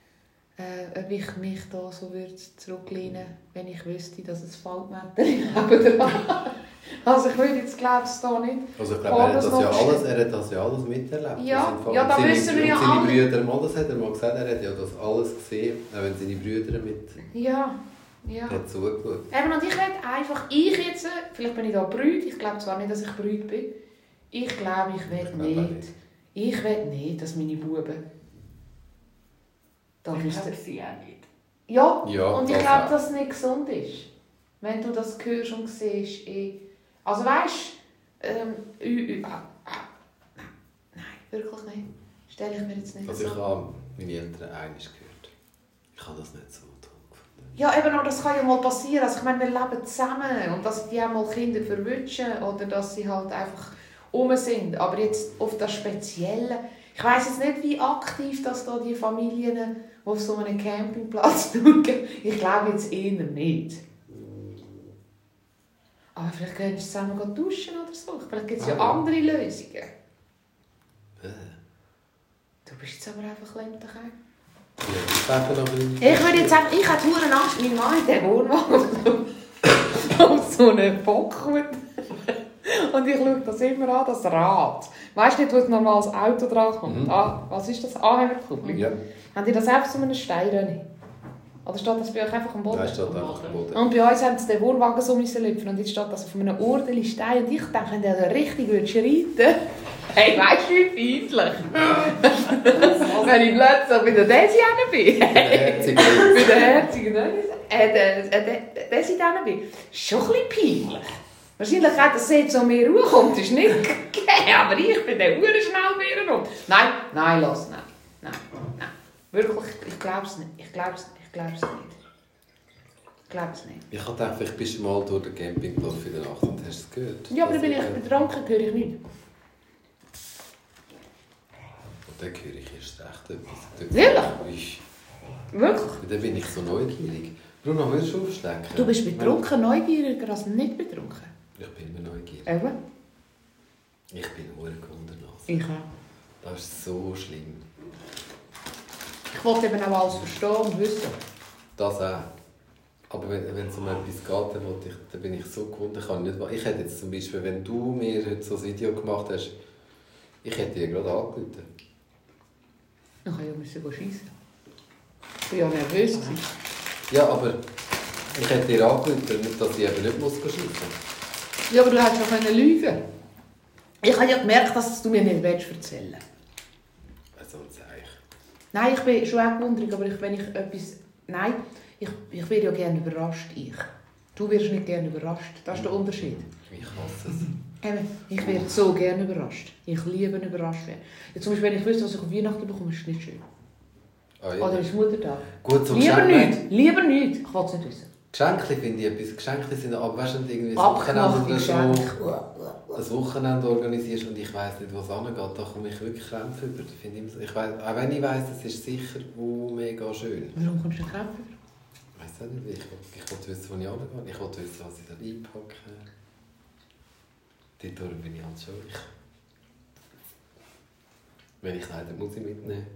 ob ich mich da so zurücklehnen würde, wenn ich wüsste, dass es Faltmeter nebenan. Also ich würde jetzt glaube es da nicht. Also ich glaube, er hat das ja alles miterlebt. Ja, da wissen wir ja alle. Seine Brüder, das hat er mal gesagt, er hat ja das alles gesehen, auch wenn seine Brüder mit... Ja. Hat zugeschaut. Eben, und ich will einfach, vielleicht bin ich da Brüd, ich glaube zwar nicht, dass ich Brüd bin, ich glaube, ich will nicht, dass meine Buben da müssten sie auch nicht. Ja, und ich glaube, dass es nicht gesund ist. Wenn du das hörst und siehst, also weißt du, nein, wirklich nicht. Stelle ich mir jetzt nicht also so. Ich habe meine Eltern einmal gehört. Ich habe das nicht so toll gefunden. Ja, eben, aber das kann ja mal passieren. Also ich meine, wir leben zusammen und dass die auch mal Kinder verwünschen oder dass sie halt einfach sind. Aber jetzt auf das Spezielle, ich weiss jetzt nicht, wie aktiv dass da die Familien auf so einem Campingplatz schauen. Ich glaube jetzt eher nicht. Aber vielleicht können sie zusammen duschen oder so. Vielleicht gibt es ja andere Lösungen. Du bist jetzt aber einfach ländlich. Ich würde jetzt sagen, ich hätte verdammt Angst, mein Mann in diesem Wohnwagen auf so einen Bockhut. Und ich schaue das immer an, das Rad. Weißt du nicht, wo ein normales Auto dran kommt? Was ist das? Anhängerkupplung? Ja. Haben die das einfach so einen Stein? Oder steht das bei euch einfach am Boden? Nein, steht einfach am Boden. Und bei uns haben sie den Wohnwagen so lüpfen und jetzt steht das auf einem ordentlichen Stein. Und ich denke, wenn der richtig schreiten, hey, weißt du, wie peinlich? Wenn ich plötzlich bei der Desi bin. Bei der herzigen Desi bin. Schon ein bisschen peinlich. Wahrscheinlich auch, dass es jetzt so mehr Ruhe kommt, ist nicht gegeben. Aber ich bin dann sehr schnell wieder rum. Nein, lass, nein. Wirklich, ich glaube es nicht. Ich glaube es nicht. Ich habe gedacht, vielleicht bist du mal durch den Campingplatz in der Nacht und hast es gehört. Ja, aber bin ich betrunken, höre ich nicht. Und dann höre ich erst recht etwas. Wirklich? Wirklich? Dann bin ich so neugierig. Bruno, willst du aufschlecken? Du bist betrunken neugieriger als nicht betrunken? Ich bin immer neugierig. Eben? Ich bin nur gewundert. Ich auch. Das ist so schlimm. Ich wollte eben auch alles verstehen und wissen. Das auch. Aber wenn es um etwas geht, dann bin ich so gewundert. Ich hätte jetzt zum Beispiel, wenn du mir heute so ein Video gemacht hast, ich hätte dir gerade angerufen. Ich musste ja schiessen. Ich war ja nervös. Ja, aber ich hätte dir angerufen, dass ich eben nicht schiessen muss. Ja, aber du hättest ja lügen. Ich habe ja gemerkt, dass du mir nicht erzählen willst. Also ein Zeichen. Nein, ich bin schon auch gewundert, aber wenn ich etwas... Nein, ich werde ja gerne überrascht. Du wirst nicht gerne überrascht. Das ist der Unterschied. Ich hasse es. Ich werde so gerne überrascht. Ich liebe überrascht werden. Ja, zum Beispiel, wenn ich wüsste, was ich auf Weihnachten bekomme, ist es nicht schön. Oh, ja. Oder ist Muttertag? Gut, so Lieber Geschenke- nicht. Lieber nicht. Ich will es nicht wissen. Geschenke finde ich etwas. Geschenke sind aber weißt du, irgendwie ein Abgemachte Wochenende oder so. Geschenke. Ein Wochenende organisierst und ich weiss nicht, wo es angeht, da komme ich wirklich Krämpfe über. Ich weiss, auch wenn ich weiss, es ist sicher mega schön. Warum kommst du nicht Krämpfe über? Ich weiss auch nicht, ich will wissen, wo ich angehe. Ich will wissen, was ich da einpacke. Dort bin ich halt schon. Wenn ich leider muss ich mitnehmen.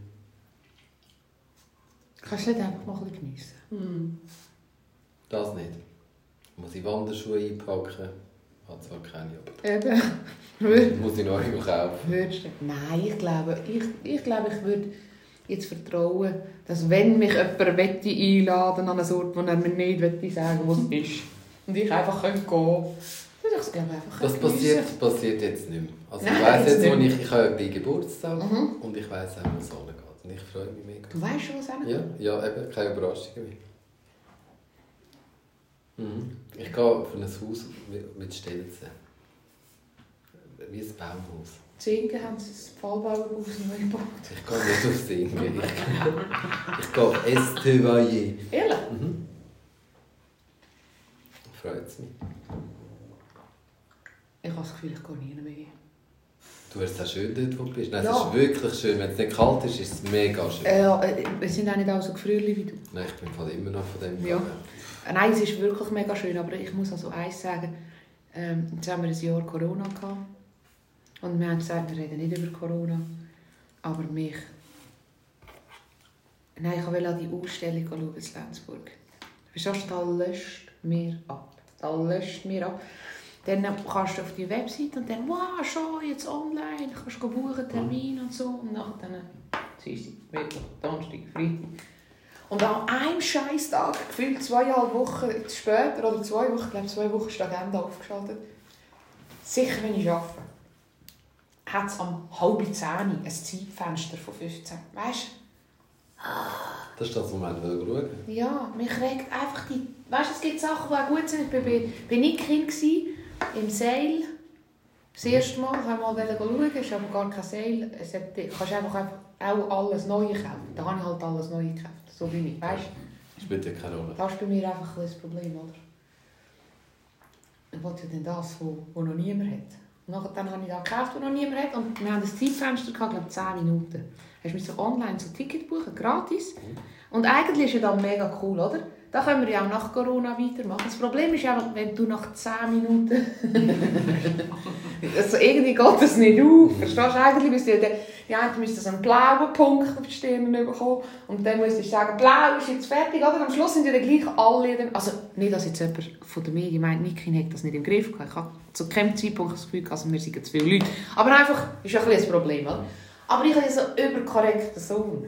Kannst du nicht einfach mal ein bisschen geniessen? Das nicht. Muss ich Wanderschuhe einpacken? Hat zwar keine, aber Eben. muss ich noch irgendwo kaufen. Würdest du? Nein, ich glaube, ich würde jetzt vertrauen, dass wenn mich jemand einladen an einen Ort, wo er mir nicht sagen will, wo es ist, und ich einfach gehen könnte, würde ich es glaube einfach Das geniessen. passiert jetzt nicht mehr. Also Nein, ich weiss jetzt jetzt, wo nicht. ich habe gleich Geburtstag Mhm. und ich weiss auch, wo es angeht. Und ich freue mich mega. Du weißt schon, was auch Ja, eben, keine Überraschungen mehr. Ich gehe auf ein Haus mit Stelzen. Wie ein Baumhaus. Zinken haben sie das Fallbauerhaus neu gebaut. Ich gehe nicht auf Singen. Ich gehe auf Estevalier. Ehrlich? Freut es mich. Ich habe das Gefühl, ich gehe nie mehr. Du hast es auch schön dort, wo du bist. Nein, Ja. es ist wirklich schön. Wenn es nicht kalt ist, ist es mega schön. Wir sind auch nicht alle so gefrierlich wie du. Nein, ich bin im Fall immer noch von dem Ja. gegangen. Nein, es ist wirklich mega schön, aber ich muss also eins sagen, jetzt haben wir ein Jahr Corona gehabt und wir haben gesagt, wir reden nicht über Corona, aber mich... Nein, ich wollte an die Ausstellung schauen in Lenzburg. Verstehst du, da löscht mir ab. Da löscht mir ab. Dann kannst du auf die Webseite und dann, wow, schon, jetzt online, kannst du buchen, Termin und so. Und nachher dann, Dienstag, Mittwoch, Donnerstag, Freitag. Und an einem Scheißtag, gefühlt 2,5 Wochen später, oder 2 Wochen, ich glaube 2 Wochen ist die Agenda aufgeschaltet. Sicher, wenn ich arbeite, hat es am 9:30 ein Zeitfenster von 15. Weißt du? Das ist das, was wir schauen. Ja, mich regt einfach die... Weißt du, es gibt Sachen, die auch gut sind. Ich war bei Nikin im Sale. Das erste Mal. Ich wollte mal schauen, es ist aber gar kein Sale. Du kannst einfach auch alles Neue kaufen. Da habe ich halt alles Neue gekauft. So bin ich, weißt du? Das spielt ja keine Rolle. Das ist bei mir einfach ein Problem, oder? Ich wollte ja dann das, was noch niemand hat. Und dann habe ich das gekauft, was noch niemand hat. Und wir haben ein Zeitfenster gehabt, glaube 10 Minuten. Hast du so online so Ticket buchen, gratis. Und eigentlich ist ja das mega cool, oder? Da können wir ja auch nach Corona weitermachen. Das Problem ist einfach, wenn du nach 10 Minuten... also irgendwie geht das nicht auf. Verstehst du? Eigentlich müsst ihr müsst einen blauen Punkt auf die Stirn bekommen. Und dann müsst ihr sagen, blau ist jetzt fertig. Oder? Am Schluss sind ja dann gleich alle... Also nicht, dass jetzt jemand von den Medien meint, Nikin hat das nicht im Griff gehabt. Ich habe zu keinem Zeitpunkt das Gefühl, also wir sind zu viele Leute. Aber einfach, ist ja ein bisschen ein Problem, oder? Aber ich habe ja so überkorrekten Sohn.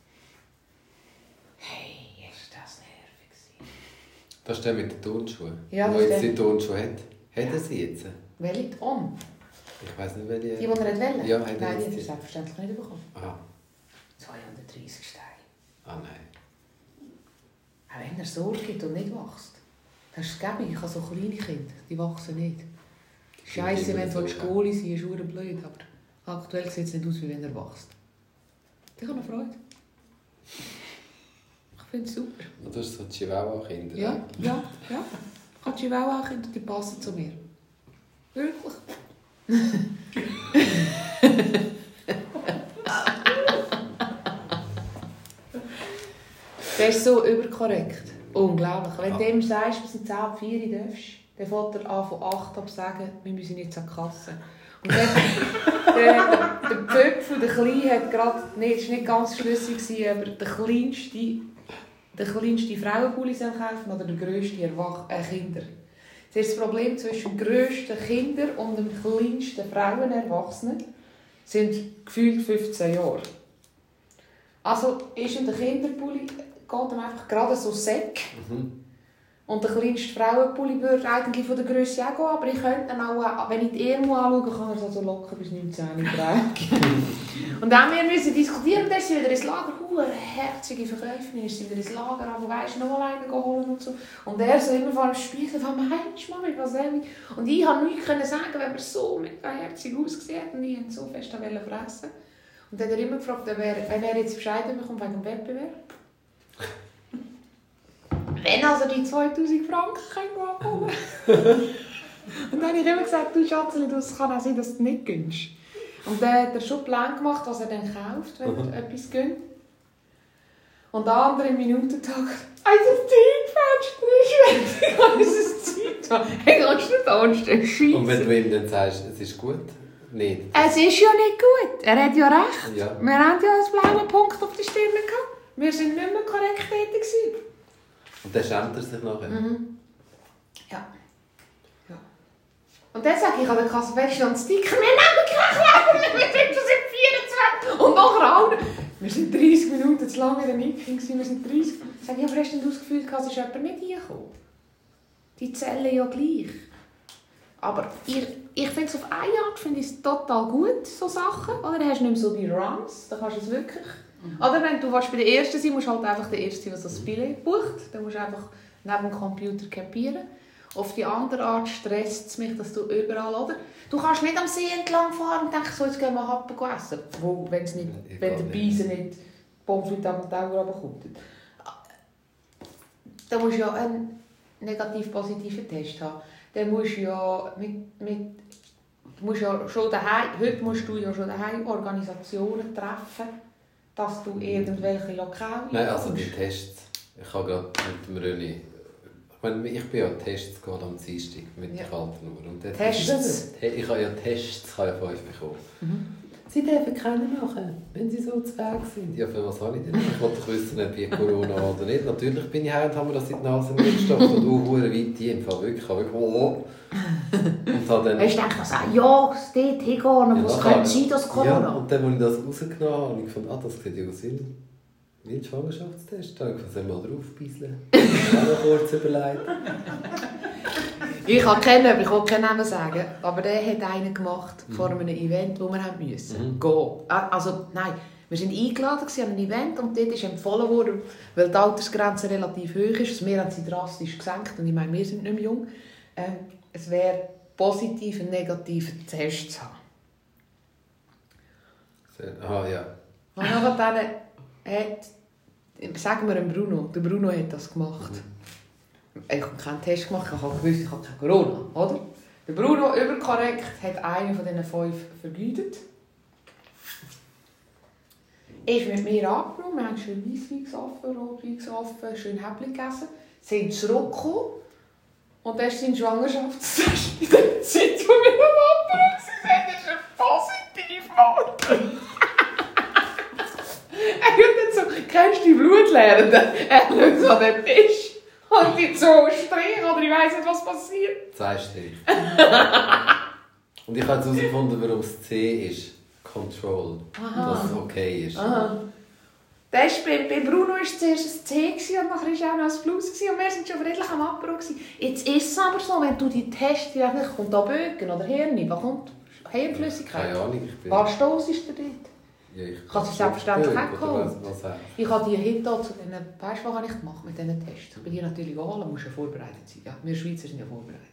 Hey, ist das nervig. Das ist der mit den Turnschuhen. Ja, der das ist jetzt der. die Turnschuhe hat. Hat er sie jetzt? Welche? On? Ich weiss nicht, welche... Die er nicht wollte? Ja, hat er Nein, die jetzt hat er die. selbstverständlich nicht bekommen. Aha. 230 Steine. Ah, nein. Auch wenn er Sorge gibt und nicht wächst. Das ist gäbig. Ich habe so kleine Kinder, die wachsen nicht. Scheiße, wenn du Schule sein ist verdammt blöd, aber aktuell sieht es nicht aus, wie wenn er wächst. Ich habe noch Freude. Ich finde es super. Und du hast so Chihuahua-Kinder. Ja. Ich habe Chihuahua-Kinder, die passen zu mir. Wirklich. Der ist so überkorrekt. Unglaublich. Wenn du dem sagst, bis um 10 ab 4 Uhr darfst, dann fängt er an von 8 ab sagen, wir müssen jetzt an die Kasse. Und der Pöpfel, der Kleine, hat gerade, nee, das war nicht ganz schlüssig, aber der kleinste Frauenpulli soll kaufen oder der grösste Kinder. Das ist das Problem zwischen dem grössten Kindern und dem kleinsten Frauen-Erwachsenen sind gefühlt 15 Jahre. Also ist ihm der Kinderpulli geht ihm einfach gerade so Säck. Und der kleinste Frauenpulli würde eigentlich von der Grösse auch gehen, aber ich könnte ihn auch, wenn ich die Ermo anschaue, kann er so locker bis 19 tragen. Und dann wir müssen diskutieren, dann ist sie wieder ins Lager, herzige Verkäuferin, ist sie wieder ins Lager, aber weisst noch einen holen und so. Und er so immer vor dem Spiegel, was meinst du, Mami, was soll ich? Und ich konnte nichts sagen, wenn er so mega herzig ausgesehen hat und ich ihn so fest fressen. Und dann hat er immer gefragt, wenn er jetzt Bescheid bekommt wegen dem Wettbewerb. Wenn also die 2000 Franken ankommen. Und dann habe ich immer gesagt, du Schatzeli, es kann auch sein, dass du nicht gönnst. Und dann hat er schon einen Plan gemacht, was er dann kauft, wenn er etwas gönnt. Und der andere im Minutentag, unser Zeitfenster ist weg. Ich habe unser Zeit. Hey, kannst du nicht anstehen, Scheisse. Und wenn du ihm dann sagst, es ist gut? Nicht. Es ist ja nicht gut. Er hat ja recht. Ja. Wir haben ja einen blauen Punkt auf der Stirn gehabt. Wir waren nicht mehr korrekt tätig. Und dann schämt er sich nachher? Ja. Und dann sage ich an der Kasse, weißt du, Sticker, wir nehmen keinen Kleber, wir sind schon seit 24. Und nachher alle. Wir sind 30 Minuten zu lange in der Meeting, wir sind 30. Sag ich, aber hast du das Gefühl, es ist jemand nicht hingekommen? Die zählen ja gleich. Aber ich finde es auf eine Art finde ich es total gut, so Sachen. Oder dann hast du nicht mehr so die Runs, dann kannst du es wirklich. Oder wenn du bei der Ersten sein musst du halt einfach der Erste, der das Billett bucht. Dann musst du einfach neben dem Computer campieren. Auf die andere Art stresst es mich, dass du überall, oder? Du kannst nicht am See entlang fahren und denken, so, jetzt gehen wir Happen essen. Wenn der Beise nicht Pommes frites am Tauer runterkommt. Da musst du ja einen negativ-positiven Test haben. Dann musst du ja heute musst du ja schon daheim Organisationen treffen, dass du irgendwelche Lokale Nein, also die Tests. Ich habe gerade mit dem René. Ich bin ja Tests am Dienstag mit der kalten Uhr. Und Tests? Ich habe ja Tests, ich habe ja 5 bekommen. Sie dürfen keine machen, wenn sie so zu Weg sind. Ja, für was habe ich denn? Ich wollte wissen, ob ich Corona oder nicht. Natürlich bin ich her und habe mir das in die Nase mitgestopft und auch weit im Fall wirklich. Ich habe wirklich und habe dann... Hast du gedacht, ja, es dort hingehen, was könnte sein, das Corona? Ja, und dann, als ich das rausgenommen habe, habe ich gefunden, das sieht ja aus wie ein Schwangerschaftstest. Dann habe ich gesagt, mal draufbeissen. Ich habe noch kurz überlegt. Ich kann keinen, ich will keinen Namen sagen, aber der hat einen gemacht vor einem Event, wo wir haben müssen gehen. Also, nein, wir waren eingeladen an ein Event und dort ist empfohlen worden, weil die Altersgrenze relativ hoch ist, also wir haben sie drastisch gesenkt und ich meine, wir sind nicht mehr jung, es wäre positiv und negativen Test zu haben. Aha, ja. Und nachher dann sagen wir Bruno, der Bruno hat das gemacht. Ich habe keinen Test gemacht, ich habe gewusst, ich habe kein Corona, oder? Der Bruno, überkorrekt, hat einen von diesen 5 vergütet. Er ist mit mir angenommen, wir haben schön Weisswein gesoffen, Rotwein gesoffen, schön Häppchen gegessen, sind zurückgekommen und er ist sein Schwangerschaftstest in der Zeit, wo wir am Apparat waren, ist positiv geworden. Er hat dann so, kennst du die Blutlehrenden? Er schaut so an den Tisch. Und die so einen Strich oder ich weiss nicht, was passiert. 2 Striche. Und ich habe jetzt herausgefunden, warum es C ist. Control. Aha. Dass es okay ist. Aha. Bei Bruno war es zuerst ein C und nachher war es auch noch ein Plus. Und wir waren schon friedlich am Apero. Jetzt ist es aber so, wenn du die Tests nicht kommt da Bögen oder Hirn, was kommt? Hirnflüssigkeit? Keine Ahnung. Was Stoß ist da dort? Ja, ich habe sie selbstverständlich auch geholt. Was ich habe die hinter zu diesen, weißt du, was habe ich gemacht mit diesen Tests? Bei dir natürlich Wahlen musst du ja vorbereitet sein. Ja, wir Schweizer sind ja vorbereitet.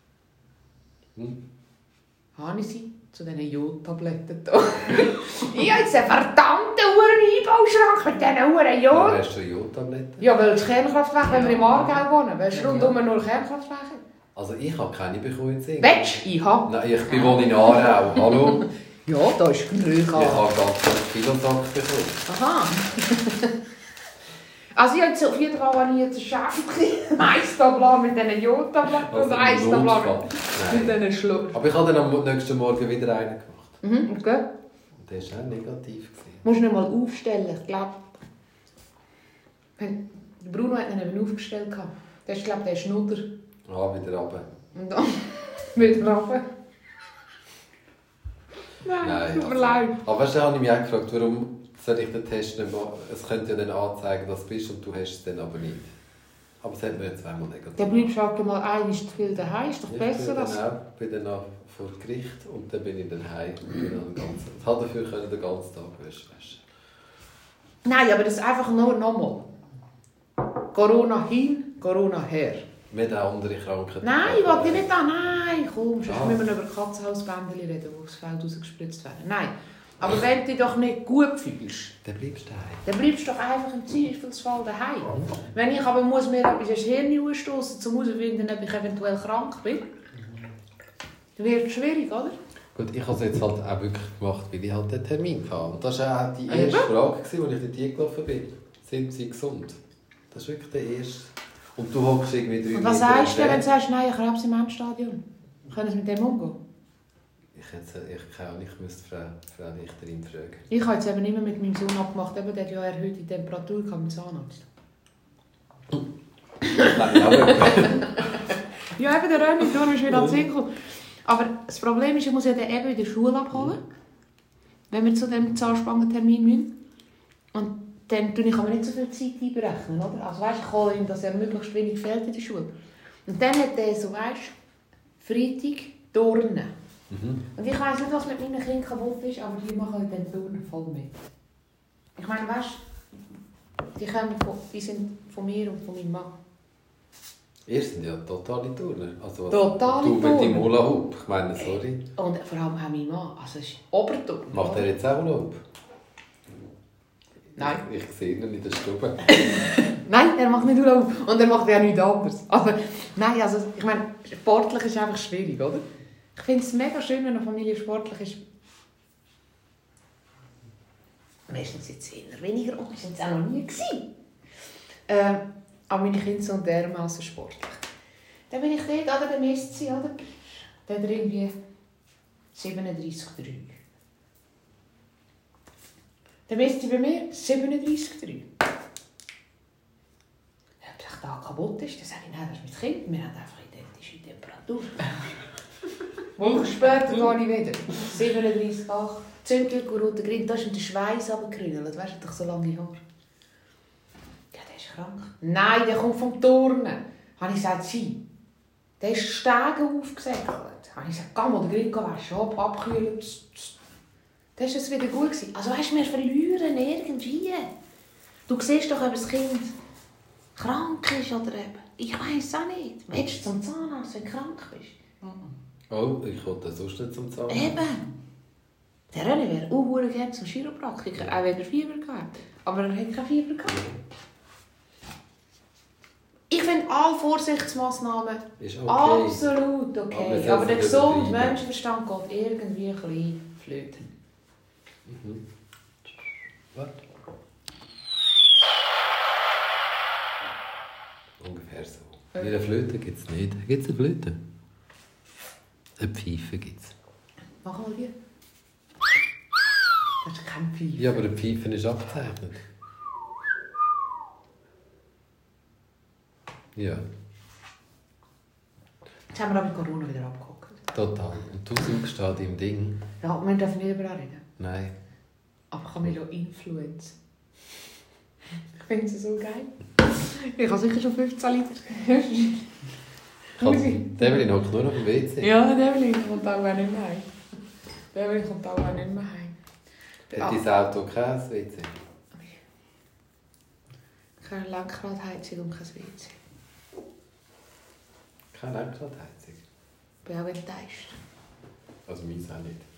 Habe ich sie zu diesen Jodtabletten da. Ich habe jetzt einen verdammten Einbauschrank mit diesen Jod. Ja, hast du Jodtabletten? Ja, weil das Kernkraftwerk, wenn wir im Aargau wohnen, weil es rundum nur Kernkraftwerke. Also ich habe keine bekommen. Willst du? Ich habe. Nein, ich wohne in Aarau. Hallo? Ja, da ist genug. Ich habe ganz viele Kilosack bekommen. Aha. Also ich habe jetzt auf jeden Fall jetzt ein Schäfchen, Eistablan mit diesen Jodtabletten und Eistablan mit diesen Schluck. Aber ich habe dann am nächsten Morgen wieder einen gemacht. Okay. Und der war auch negativ. Du musst ihn mal aufstellen, ich glaube. Bruno hat ihn eben aufgestellt. Der ist, glaube ich, der Schnudder. Ah, wieder runter. Und dann wieder runter. Nein, tut mir leid. Aber weißt du, da habe ich mich auch gefragt, warum soll ich den Test nicht machen? Es könnte ja dann anzeigen, dass du bist und du hast es dann aber nicht. Aber es hat mir jetzt zweimal negativ. Dann bleibst du halt mal einmal zu viel daheim, ist doch besser als... Ich bin dann auch vor Gericht und dann bin ich dann heim. Ich habe dafür den ganzen Tag Wäsche waschen. Nein, aber das ist einfach nur nochmal. Corona hin, Corona her. Mit auch andere Krankheiten. Nein, ich will nicht an. Nein, komm, sonst müssen wir über Katzenhausbändchen reden, die aufs Feld rausgespritzt werden. Nein, Aber wenn du dich doch nicht gut fühlst, Dann bleibst du daheim. dann bleibst du doch einfach im Zweifelsfall daheim. Wenn ich aber muss mir etwas ins Hirn ausstoßen, um herauszufinden, ob ich eventuell krank bin, dann wird es schwierig, oder? Gut, ich habe es jetzt halt auch wirklich gemacht, weil ich halt einen Termin hatte. Und das war auch die erste Frage, als ich dort hingelaufen bin. Sind Sie gesund? Das ist wirklich der erste. Und du hockst irgendwie 3 Und was sagst du, wenn du sagst, nein, ich habe Krebs im Endstadium? Können Sie mit dem umgehen? Ich müsste Frau Richterin fragen. Ich habe jetzt eben immer mit meinem Sohn abgemacht, eben, der hat ja erhöhte Temperatur mit Zahnarzt. Ja, eben der Röni, darum ist wieder ans Winkel. Aber das Problem ist, ich muss ja dann eben in der Schule abholen, wenn wir zu diesem Zahnspangentermin müssen. Und dann tue ich aber nicht so viel Zeit einberechnen, oder? Also weißt, ich hole ihm, dass er möglichst wenig fehlt in der Schule. Und dann hat er so, weißt, Freitag Turnen. Und ich weiss nicht, was mit meinen Kindern kaputt ist, aber die machen den Turnen voll mit. Ich meine, weißt, die sind von mir und von meinem Mann. Ihr seid ja totale Turner. Also, Totale du mit Turner. deinem Hula-Hoop. Ich meine, sorry. Und vor allem auch mein Mann. Also es ist Oberturner. Macht er jetzt auch Hula-Hoop? Nein. Ich sehe ihn in der Stube. Nein, er macht nicht Hula-Hoop. Und er macht ja nichts anderes. Aber nein, also ich meine, sportlich ist einfach schwierig, oder? Ich finde es mega schön, wenn eine Familie sportlich ist. Meistens jetzt eher weniger und wir sind es auch noch nie gewesen. Aber meine Kinder sind dermassen sportlich. Dann bin ich dort, oder, bemisst sie, oder? Dann hat er irgendwie 37,3. Dann misst sie bei mir 37,3. Ob sich da kaputt ist, dann sage ich, nein, das ist mein Kind. Wir haben einfach identische Temperatur. Wochen später gehe ich wieder. 37,8. Zündgürtel, roter Grind, da ist ihm der Schweiß runtergerüttelt. Weißt du, doch so lange Haare. Ja, der ist krank. Nein, der kommt vom Turnen. Habe ich gesagt, sie. Der ist Stegen aufgesäckelt. Habe ich gesagt, komm, den Grind waschen, abkühlen. Dann war es wieder gut. Also weißt du, wir verlieren irgendwie. Du siehst doch, ob das Kind krank ist oder eben. Ich weiss es auch nicht. Willst du zum Zahnarzt, wenn du krank bist? Oh, ich wollte sonst nicht zum Zahnarzt. Eben. Der René wäre auch gerne zum Chiropraktiker, auch wenn er Fieber gehabt. Aber er hat kein Fieber gehabt. Ich finde alle Vorsichtsmaßnahmen Ist okay. absolut okay. Aber Aber der nicht gesunde übertreiben. Menschenverstand geht irgendwie ein bisschen flöten. Warte. Ungefähr so. Eine Flöte gibt es nicht. Gibt es eine Flöte? Eine Pfeife gibt es. Mach mal hier. Das ist kein Pfeife. Ja, aber eine Pfeife ist abgezeichnet. Ja, Jetzt haben wir aber mit Corona wieder abgehockt. total. Und du suchst halt im Ding. Ja, wir dürfen nicht überall reden. Nein. Aber ich kann mich influenzen. Ich finde es so geil. Ich habe sicher schon 15 Liter. Devlin hockt nur noch im WC. Ja, Devlin kommt auch nicht mehr heim. Devlin kommt auch nicht mehr heim. Hat dein Auto kein WC? Keine Lenkradheizung und kein WC. Keine Lenkradheizung? Ich bin auch enttäuscht. Also meins auch nicht.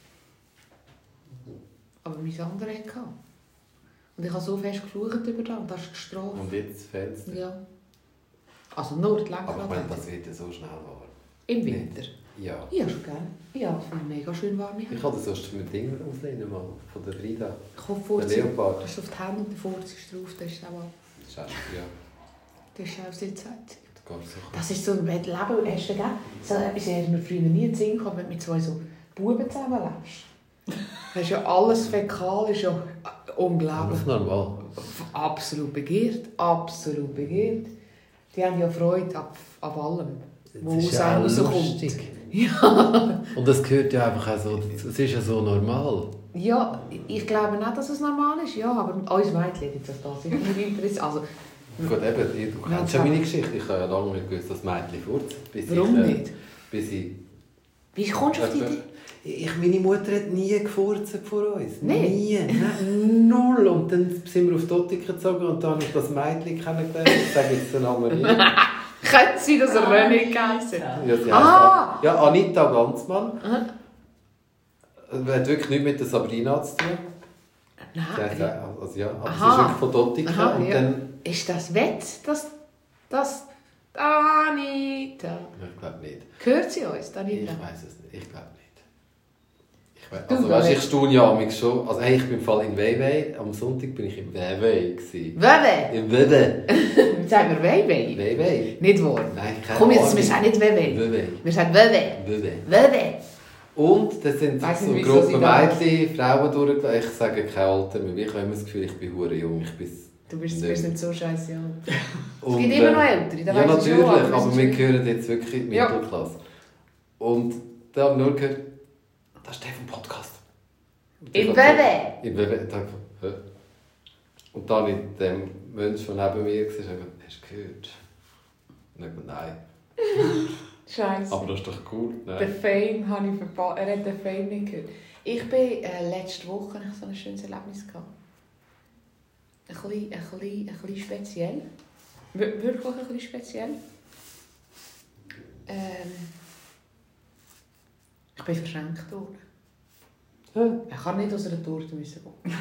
Aber mein anderer hatte. Und ich habe so fest geflucht über das und das ist gestraft. Und jetzt fällt es. Ja. Also nur die Aber ich meine, Lenkradheizung. das wird ja so schnell warm. Im Winter? Ja. Ja, schon gerne. Ja, ich finde mega schön warm. Ich kann das sonst mit Dingen auslehnen, mal. Von der Frida. Ich hoffe, vor Der Leopard. du hast auf die Hände und der Furz ist drauf, das ist auch mal. Das ist auch, ja. Das ist auch Sitzheizung. Das geht so. Das ist so ein Leben, hast du gell? So etwas hätte mir früher nie in den Sinn gekommen, wenn du mit zwei so Buben zusammenlebst. Das ist ja alles fäkal, ist ja unglaublich. Das ist normal. Absolut begehrt, absolut begehrt. Die haben ja Freude ab allem, wo Das aus ist ja einem auch rauskommt. lustig. Ja. Und das gehört ja einfach auch so, es ist ja so normal. Ja, ich glaube nicht, dass es normal ist, ja, aber uns Mädchen gibt es das sicher nicht interessiert. Also, Gut, eben, du kennst ja meine Geschichte. Ich habe ja lange nicht gewusst, dass Mädchen furzen. Warum nicht? Bis ich... Wie kommst du auf die Idee? Meine Mutter hat nie gefurzt vor uns. Nee. Nie. Nein, null. Und dann sind wir auf die Ottiken gezogen und dann habe ich das Mädchen kennengelernt. Ich sage jetzt den Namen nicht. Könnte sein, dass er René geheißen hat? Ja, sie Ah! heisst ja, Anita Ganzmann. Das hat wirklich nichts mit der Sabrina zu tun. Nein. Also ja, aber sie ist wirklich von Dottika. Und dann... Ist das Wett, das Anita? Ich glaube nicht. Hört sie uns, Anita? Ich weiß es nicht. Ich glaube nicht. Also weißt, ich staune ja mich schon. Also hey, ich bin im Fall in Weiwei. Am Sonntag bin ich im Weiwei. Weiwei? Im Weiwei. Sagen wir Weiwei? Weiwei. Nicht wahr? Nein, keine Komm jetzt, Ahnung. wir sagen nicht Weiwei. Weiwei. Wir sagen Weiwei. Weiwei. Weiwei. Und das sind Weiss so nicht, eine wieso Gruppe sie da Mädchen, Frauen durchgelaufen. Ich sage kein Alter mehr. Ich habe immer das Gefühl, ich bin hure jung. Du bist nicht so scheiße alt. Es Und, gibt immer noch Ältere, da ja, weiss ich natürlich, schon, aber wir gehören jetzt wirklich in die Ja. Mittelklasse. Und da habe ich nur gehört, das ist der vom Podcast. In Weiwei. In Weiwei. Und dann hä? Und dann habe ich dem Menschen, der neben mir war, gesagt, hast du gehört? Und ich nein. Scheiße. Aber das ist doch cool. Der Nein. Fame habe ich verpasst. Er hat den Fame nicht gehört. Ich bin letzte Woche so ein schönes Erlebnis gehabt. Ein bisschen speziell. Wirklich ein bisschen speziell. Ich bin verschenkt worden. Ich kann nicht aus einer Torte gehen.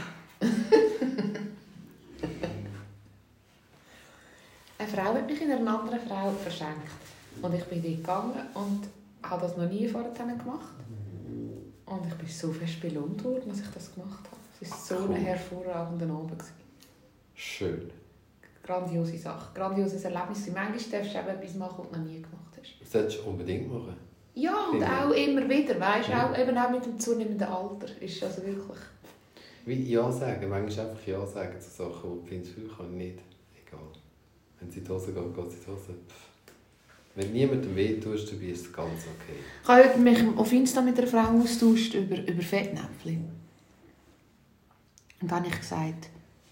Eine Frau hat mich in einer anderen Frau verschenkt. Und ich bin dort gegangen und habe das noch nie vorher gemacht. Und ich bin so fest belohnt worden, dass ich das gemacht habe. Es war so Cool. ein hervorragender Abend. Schön. Grandiose Sache. Grandioses Erlebnis. Manchmal darfst du eben etwas machen, was du noch nie gemacht hast. Das solltest du unbedingt machen. Ja, und Finde auch immer wieder. Weißt du, Ja. auch mit dem zunehmenden Alter. Ist also wirklich... Wie Ja sagen. Manchmal einfach Ja sagen zu Sachen, die du findest, ich kann nicht. Egal. Wenn es in die Hose geht, geht es in die Hose. Pff. Wenn du niemandem weh tust, dann ist es ganz okay. Ich habe heute mich auf Insta mit einer Frau austauscht über Fettnäpfchen. Und dann habe ich gesagt,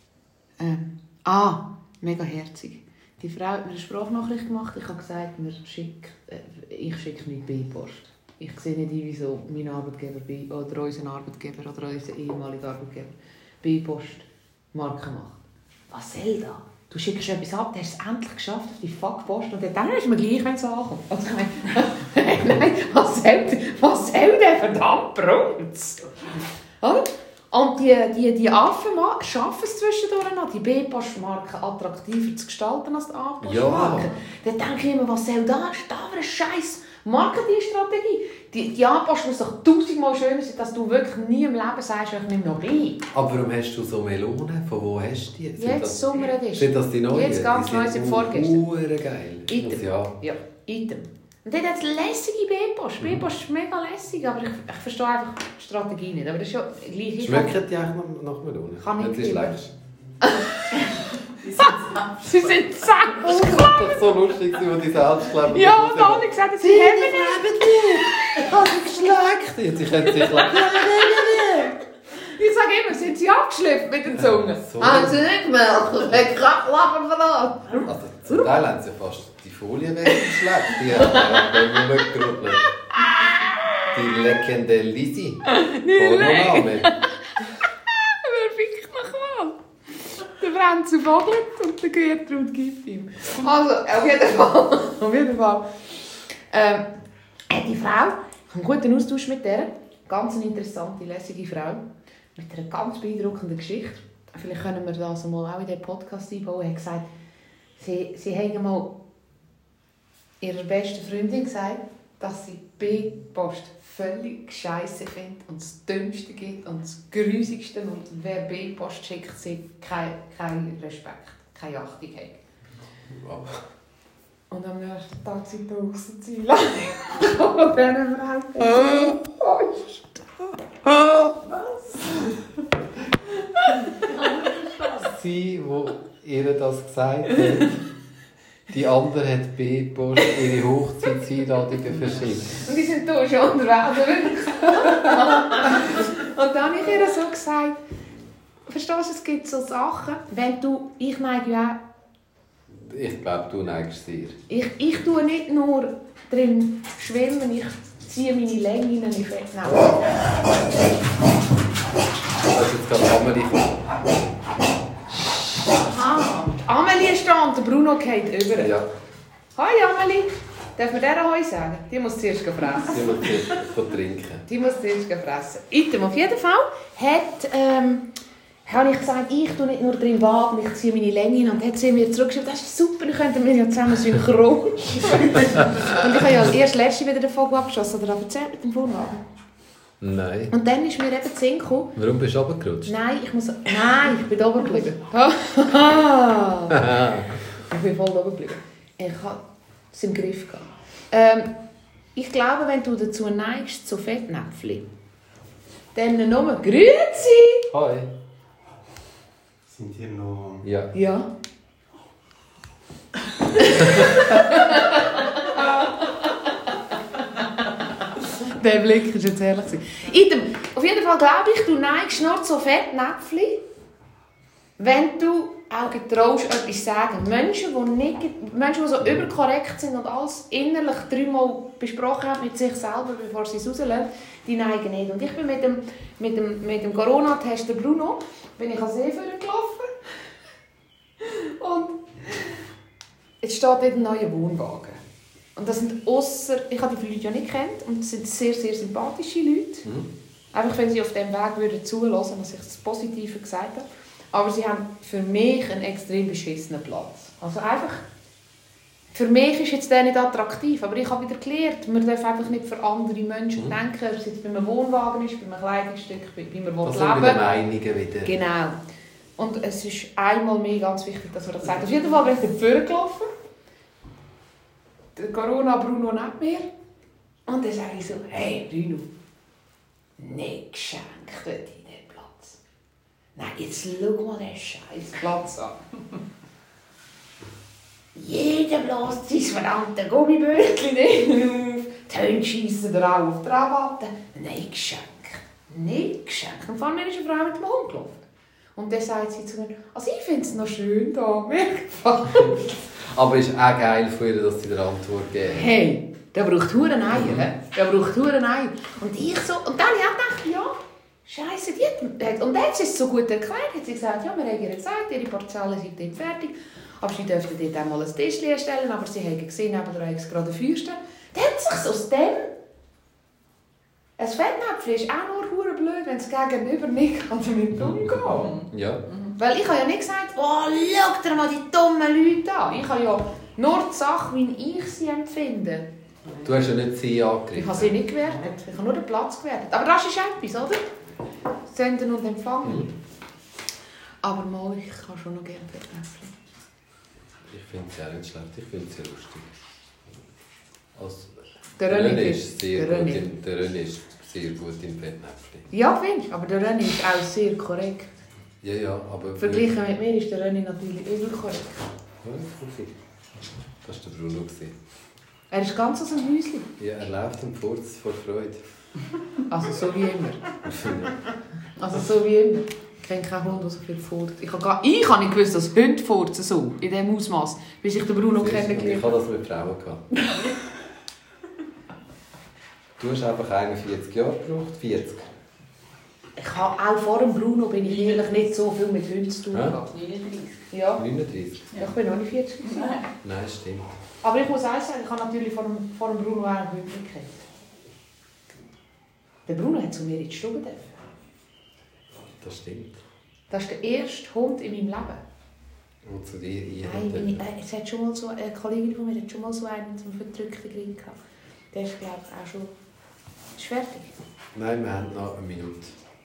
mega herzig. Die Frau hat mir eine Sprachnachricht gemacht. Ich habe gesagt, ich schicke nicht B-Post. Ich sehe nicht ein, wieso mein Arbeitgeber oder unser Arbeitgeber oder unser ehemaliger Arbeitgeber B-Post Marken macht. Was soll das? Du schickst etwas ab, du hast es endlich geschafft auf die Fuckpost und dann ist mir gleich, wenn es ankommt. Also ich meine, nein, was soll der verdammt Brunz? Oder? Und die Affen schaffen es zwischendurch noch, die B-Post-Marken attraktiver zu gestalten als die A-Post-Marken. Ja. Dann denke ich immer, was soll das? Das ist eine scheiß Marketingstrategie. Die A-Post muss doch 1000-mal schöner sein, dass du wirklich nie im Leben sagst, ich nehme noch B. Aber warum hast du so Melonen? Von wo hast du die? Jetzt Sommeredition. Sind das die neuen? Jetzt ganz neu, seit vorgestern. Geil. Item. Ja. Ja, Item. Und dann hat es lässige B-Post. B-Post ist mega lässig, aber ich verstehe einfach die Strategie nicht. Aber das ist ja gleich. Schmecken die eigentlich nach Melonen? Kann ich Wenn sie nicht. schlecht. Sie sind zack. Das war doch so lustig, wo die Selbstklebe... Ja, und alle gesagt, sie haben nicht. Ich habe sie geschleckt. Jetzt, sie können sich lecken. Ich sage immer, sind sie abgeschliffen mit den Zungen? So. Haben sie nicht gemerkt? Ich kann lachen verloren. Also zum Teil haben sie fast die Folie weggeschleckt. Die haben wir nur gerüttelt. Die leckende Lisi. Pornoname. Wer wirklich noch mal? Der Franz vogelt und der Gertrud gibt ihm. Also, auf jeden Fall. Die Frau, ich habe einen guten Austausch mit der. Ganz eine interessante, lässige Frau. Mit einer ganz beeindruckenden Geschichte. Vielleicht können wir das mal auch in den Podcast einbauen. Sie hat gesagt, sie haben mal ihrer besten Freundin gesagt, dass sie B-Post völlig scheisse findet und das Dümmste gibt und das Grusigste. Und wer B-Post schickt, sie keinen Respekt, keine Achtung hat. Wow. Und am nächsten Tag sind die Außenziele. Und dann Frau Sie, die ihr das gesagt hat, die andere hat B-Post ihre Hochzeitseinladungen verschickt. Und die sind hier schon unterwegs. Und dann habe ich ihr so gesagt, verstehst du, es gibt so Sachen, wenn du, ich neige ja auch, Ich glaube, du neigst sehr. ich tue nicht nur drin schwimmen, ich ziehe meine Länge in die Fettnäpfchen. Das ist jetzt gerade Amelie. Aha, Amelie ist da und der Bruno geht über. Ja. Hi Amelie. Darf man dieser Heu sagen? Die muss zuerst fressen. Sie muss zuerst trinken. Die muss zuerst fressen. Item, auf jeden Fall habe ich gesagt, ich tue nicht nur drin baden, ich ziehe meine Länge hin. Und hat sie mir zurückgeschrieben, das ist super, dann könnten wir ja zusammen synchron. Und ich habe ja erst letzte wieder den Vogel abgeschossen, oder erzählt mit dem Wohnwagen. Nein. Und dann ist mir eben Sinn gekommen. Warum bist du runtergerutscht? Nein, ich bin da oben geblieben. Ich bin voll oben geblieben. Ich habe es im Griff gehabt. Ich glaube, wenn du dazu neigst, zu Fettnäpfchen, dann nur Grüezi. Hi. Sind hier noch... Ja. Ja. Der Blick war jetzt herrlich. Auf jeden Fall glaube ich, du neigst nur zu Fettnäpfchen, wenn du auch getraust, etwas zu sagen. Menschen, die so überkorrekt sind und alles innerlich 3-mal besprochen haben mit sich selber, bevor sie es rauslassen, die neigen nicht. Und ich bin mit dem Corona-Test der Bruno bin ich an See gelaufen. Und jetzt steht dort ein neuer Wohnwagen. Und das sind ich habe die Leute ja nicht gekannt, und das sind sehr, sehr sympathische Leute. Einfach, wenn sie auf diesem Weg zulassen, dass ich das Positive gesagt habe. Aber sie haben für mich einen extrem beschissenen Platz. Also einfach, für mich ist jetzt der nicht attraktiv, aber ich habe wieder gelernt, man darf einfach nicht für andere Menschen denken, ob es jetzt bei einem Wohnwagen ist, bei einem Kleidungsstück, wie man also leben will. mit den Meinungen wieder. Genau. Und es ist einmal mehr ganz wichtig, dass man das sagt. Auf jeden Fall bin ich dafür gelaufen. Der Corona-Bruno neben mir. Und dann sage ich so, hey Bruno, nicht geschenkt dort in den Platz. Nein, jetzt schau mal den scheiß Platz an. Jeder bläst sein verdammte Gummiböckchen auf. Die Hunde schiessen drauf auf die Rabatte. Nicht geschenkt. Nicht geschenkt. Und vor mir ist eine Frau mit dem Hund gelaufen. Und dann sagt sie zu mir, also ich finde es noch schön da, mir gefällt. Aber es ist auch geil von ihr, dass sie dir Antwort geben. Hey, der braucht Huren Eier. Der braucht Huren Eier. Und ich so, und dann habe ich gedacht, ja, Scheiße, und dann hat sie es so gut erklärt. Hat sie gesagt, ja, wir haben ihr gesagt, ihre Parzellen sind dort fertig. Aber sie dürften dort auch mal ein Tischchen erstellen, aber sie haben gesehen, neben der ist gerade ein Feuerstein. Dann hat sich aus dem... Ein Fettnäpfchen ist auch nur hure blöd, wenn es gegenüber nicht damit umgehen. Ja. Weil ich habe ja nicht gesagt, oh, schau dir mal die dummen Leute an. Ich habe ja nur die Sache, wie ich sie empfinde. Du hast ja nicht sie angegriffen. Ich habe sie nicht gewertet. Ich habe nur den Platz gewertet. Aber das ist etwas, oder? Senden und empfangen. Aber mal, ich kann schon noch gerne Fettnäpfchen. Ich finde sie auch nicht schlecht. Ich finde sie lustig. Also, Der René ist sehr gut im Fettnäpfchen. Ja, finde ich. Aber der René ist auch sehr korrekt. Ja, aber... Verglichen mit mir ist der René natürlich übel korrekt. Das war der Bruno. Er ist ganz aus dem Häuschen. Ja, er läuft und furzt vor Freude. Also so wie immer. Ich kenne keinen Hund, der so viel furzt. Ich habe nicht gewusst, dass Hunde furzen so, in diesem Ausmaß, bis ich den Bruno kennengelernt habe. Ich habe das mit Frauen gehabt. Du hast einfach 41 Jahre gebraucht, 40. Ich habe auch vor dem Bruno bin ich ehrlich nicht so viel mit Hunden zu tun gehabt. 39. Ja. 39? Ja. Ich bin noch nicht 40. Nein, stimmt. Aber ich muss auch sagen, ich habe natürlich vor dem Bruno auch einen Hund gekannt. Der Bruno hat zu mir in die Stube dürfen. Das stimmt. Das ist der erste Hund in meinem Leben. Und zu dir Nein, es hat schon mal so, eine Kollegin von mir hat schon mal so einen zum verdrückten Grin gehabt. Der ist, glaube ich, auch schon... Ist fertig. Nein, wir haben noch eine Minute.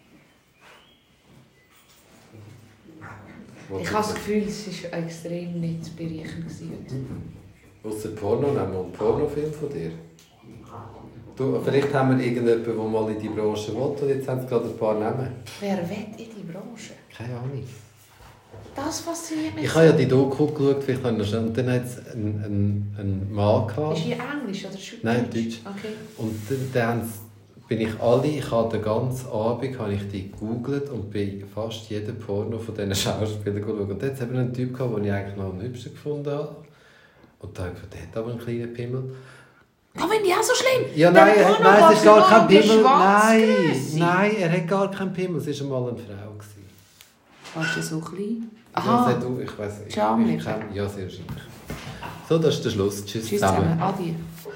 Ich habe das Gefühl, es war extrem nicht bereichernd. Ausser Porno, nehmen wir einen Pornofilm von dir. Du, vielleicht haben wir irgendjemanden, der mal in die Branche will, und jetzt haben sie gerade ein paar Namen. Wer will in die Branche? Keine Ahnung. Das fasziniert mich. Ich habe ja die Doku geschaut, vielleicht habe ich noch schnell. Und dann hat es einen Mann gehabt. Ist hier Englisch oder Deutsch? Nein, Deutsch. Okay. Und dann ich habe den ganzen Abend habe ich die gegoogelt und bin fast jeden Porno von diesen Schauspielern geschaut. Und jetzt haben wir einen Typ gehabt, den ich eigentlich noch am hübschen gefunden habe. Und da habe ich gedacht, der hat aber einen kleinen Pimmel. Das finde ich auch so schlimm. Ja, nein, es ist gar kein Pimmel. Nein, er hat gar keinen Pimmel. Es war einmal eine Frau. Warst du so klein? Aha. Ja, ich weiss, Charming. Ja, sehr wahrscheinlich. So, das ist der Schluss. Tschüss zusammen. Adieu.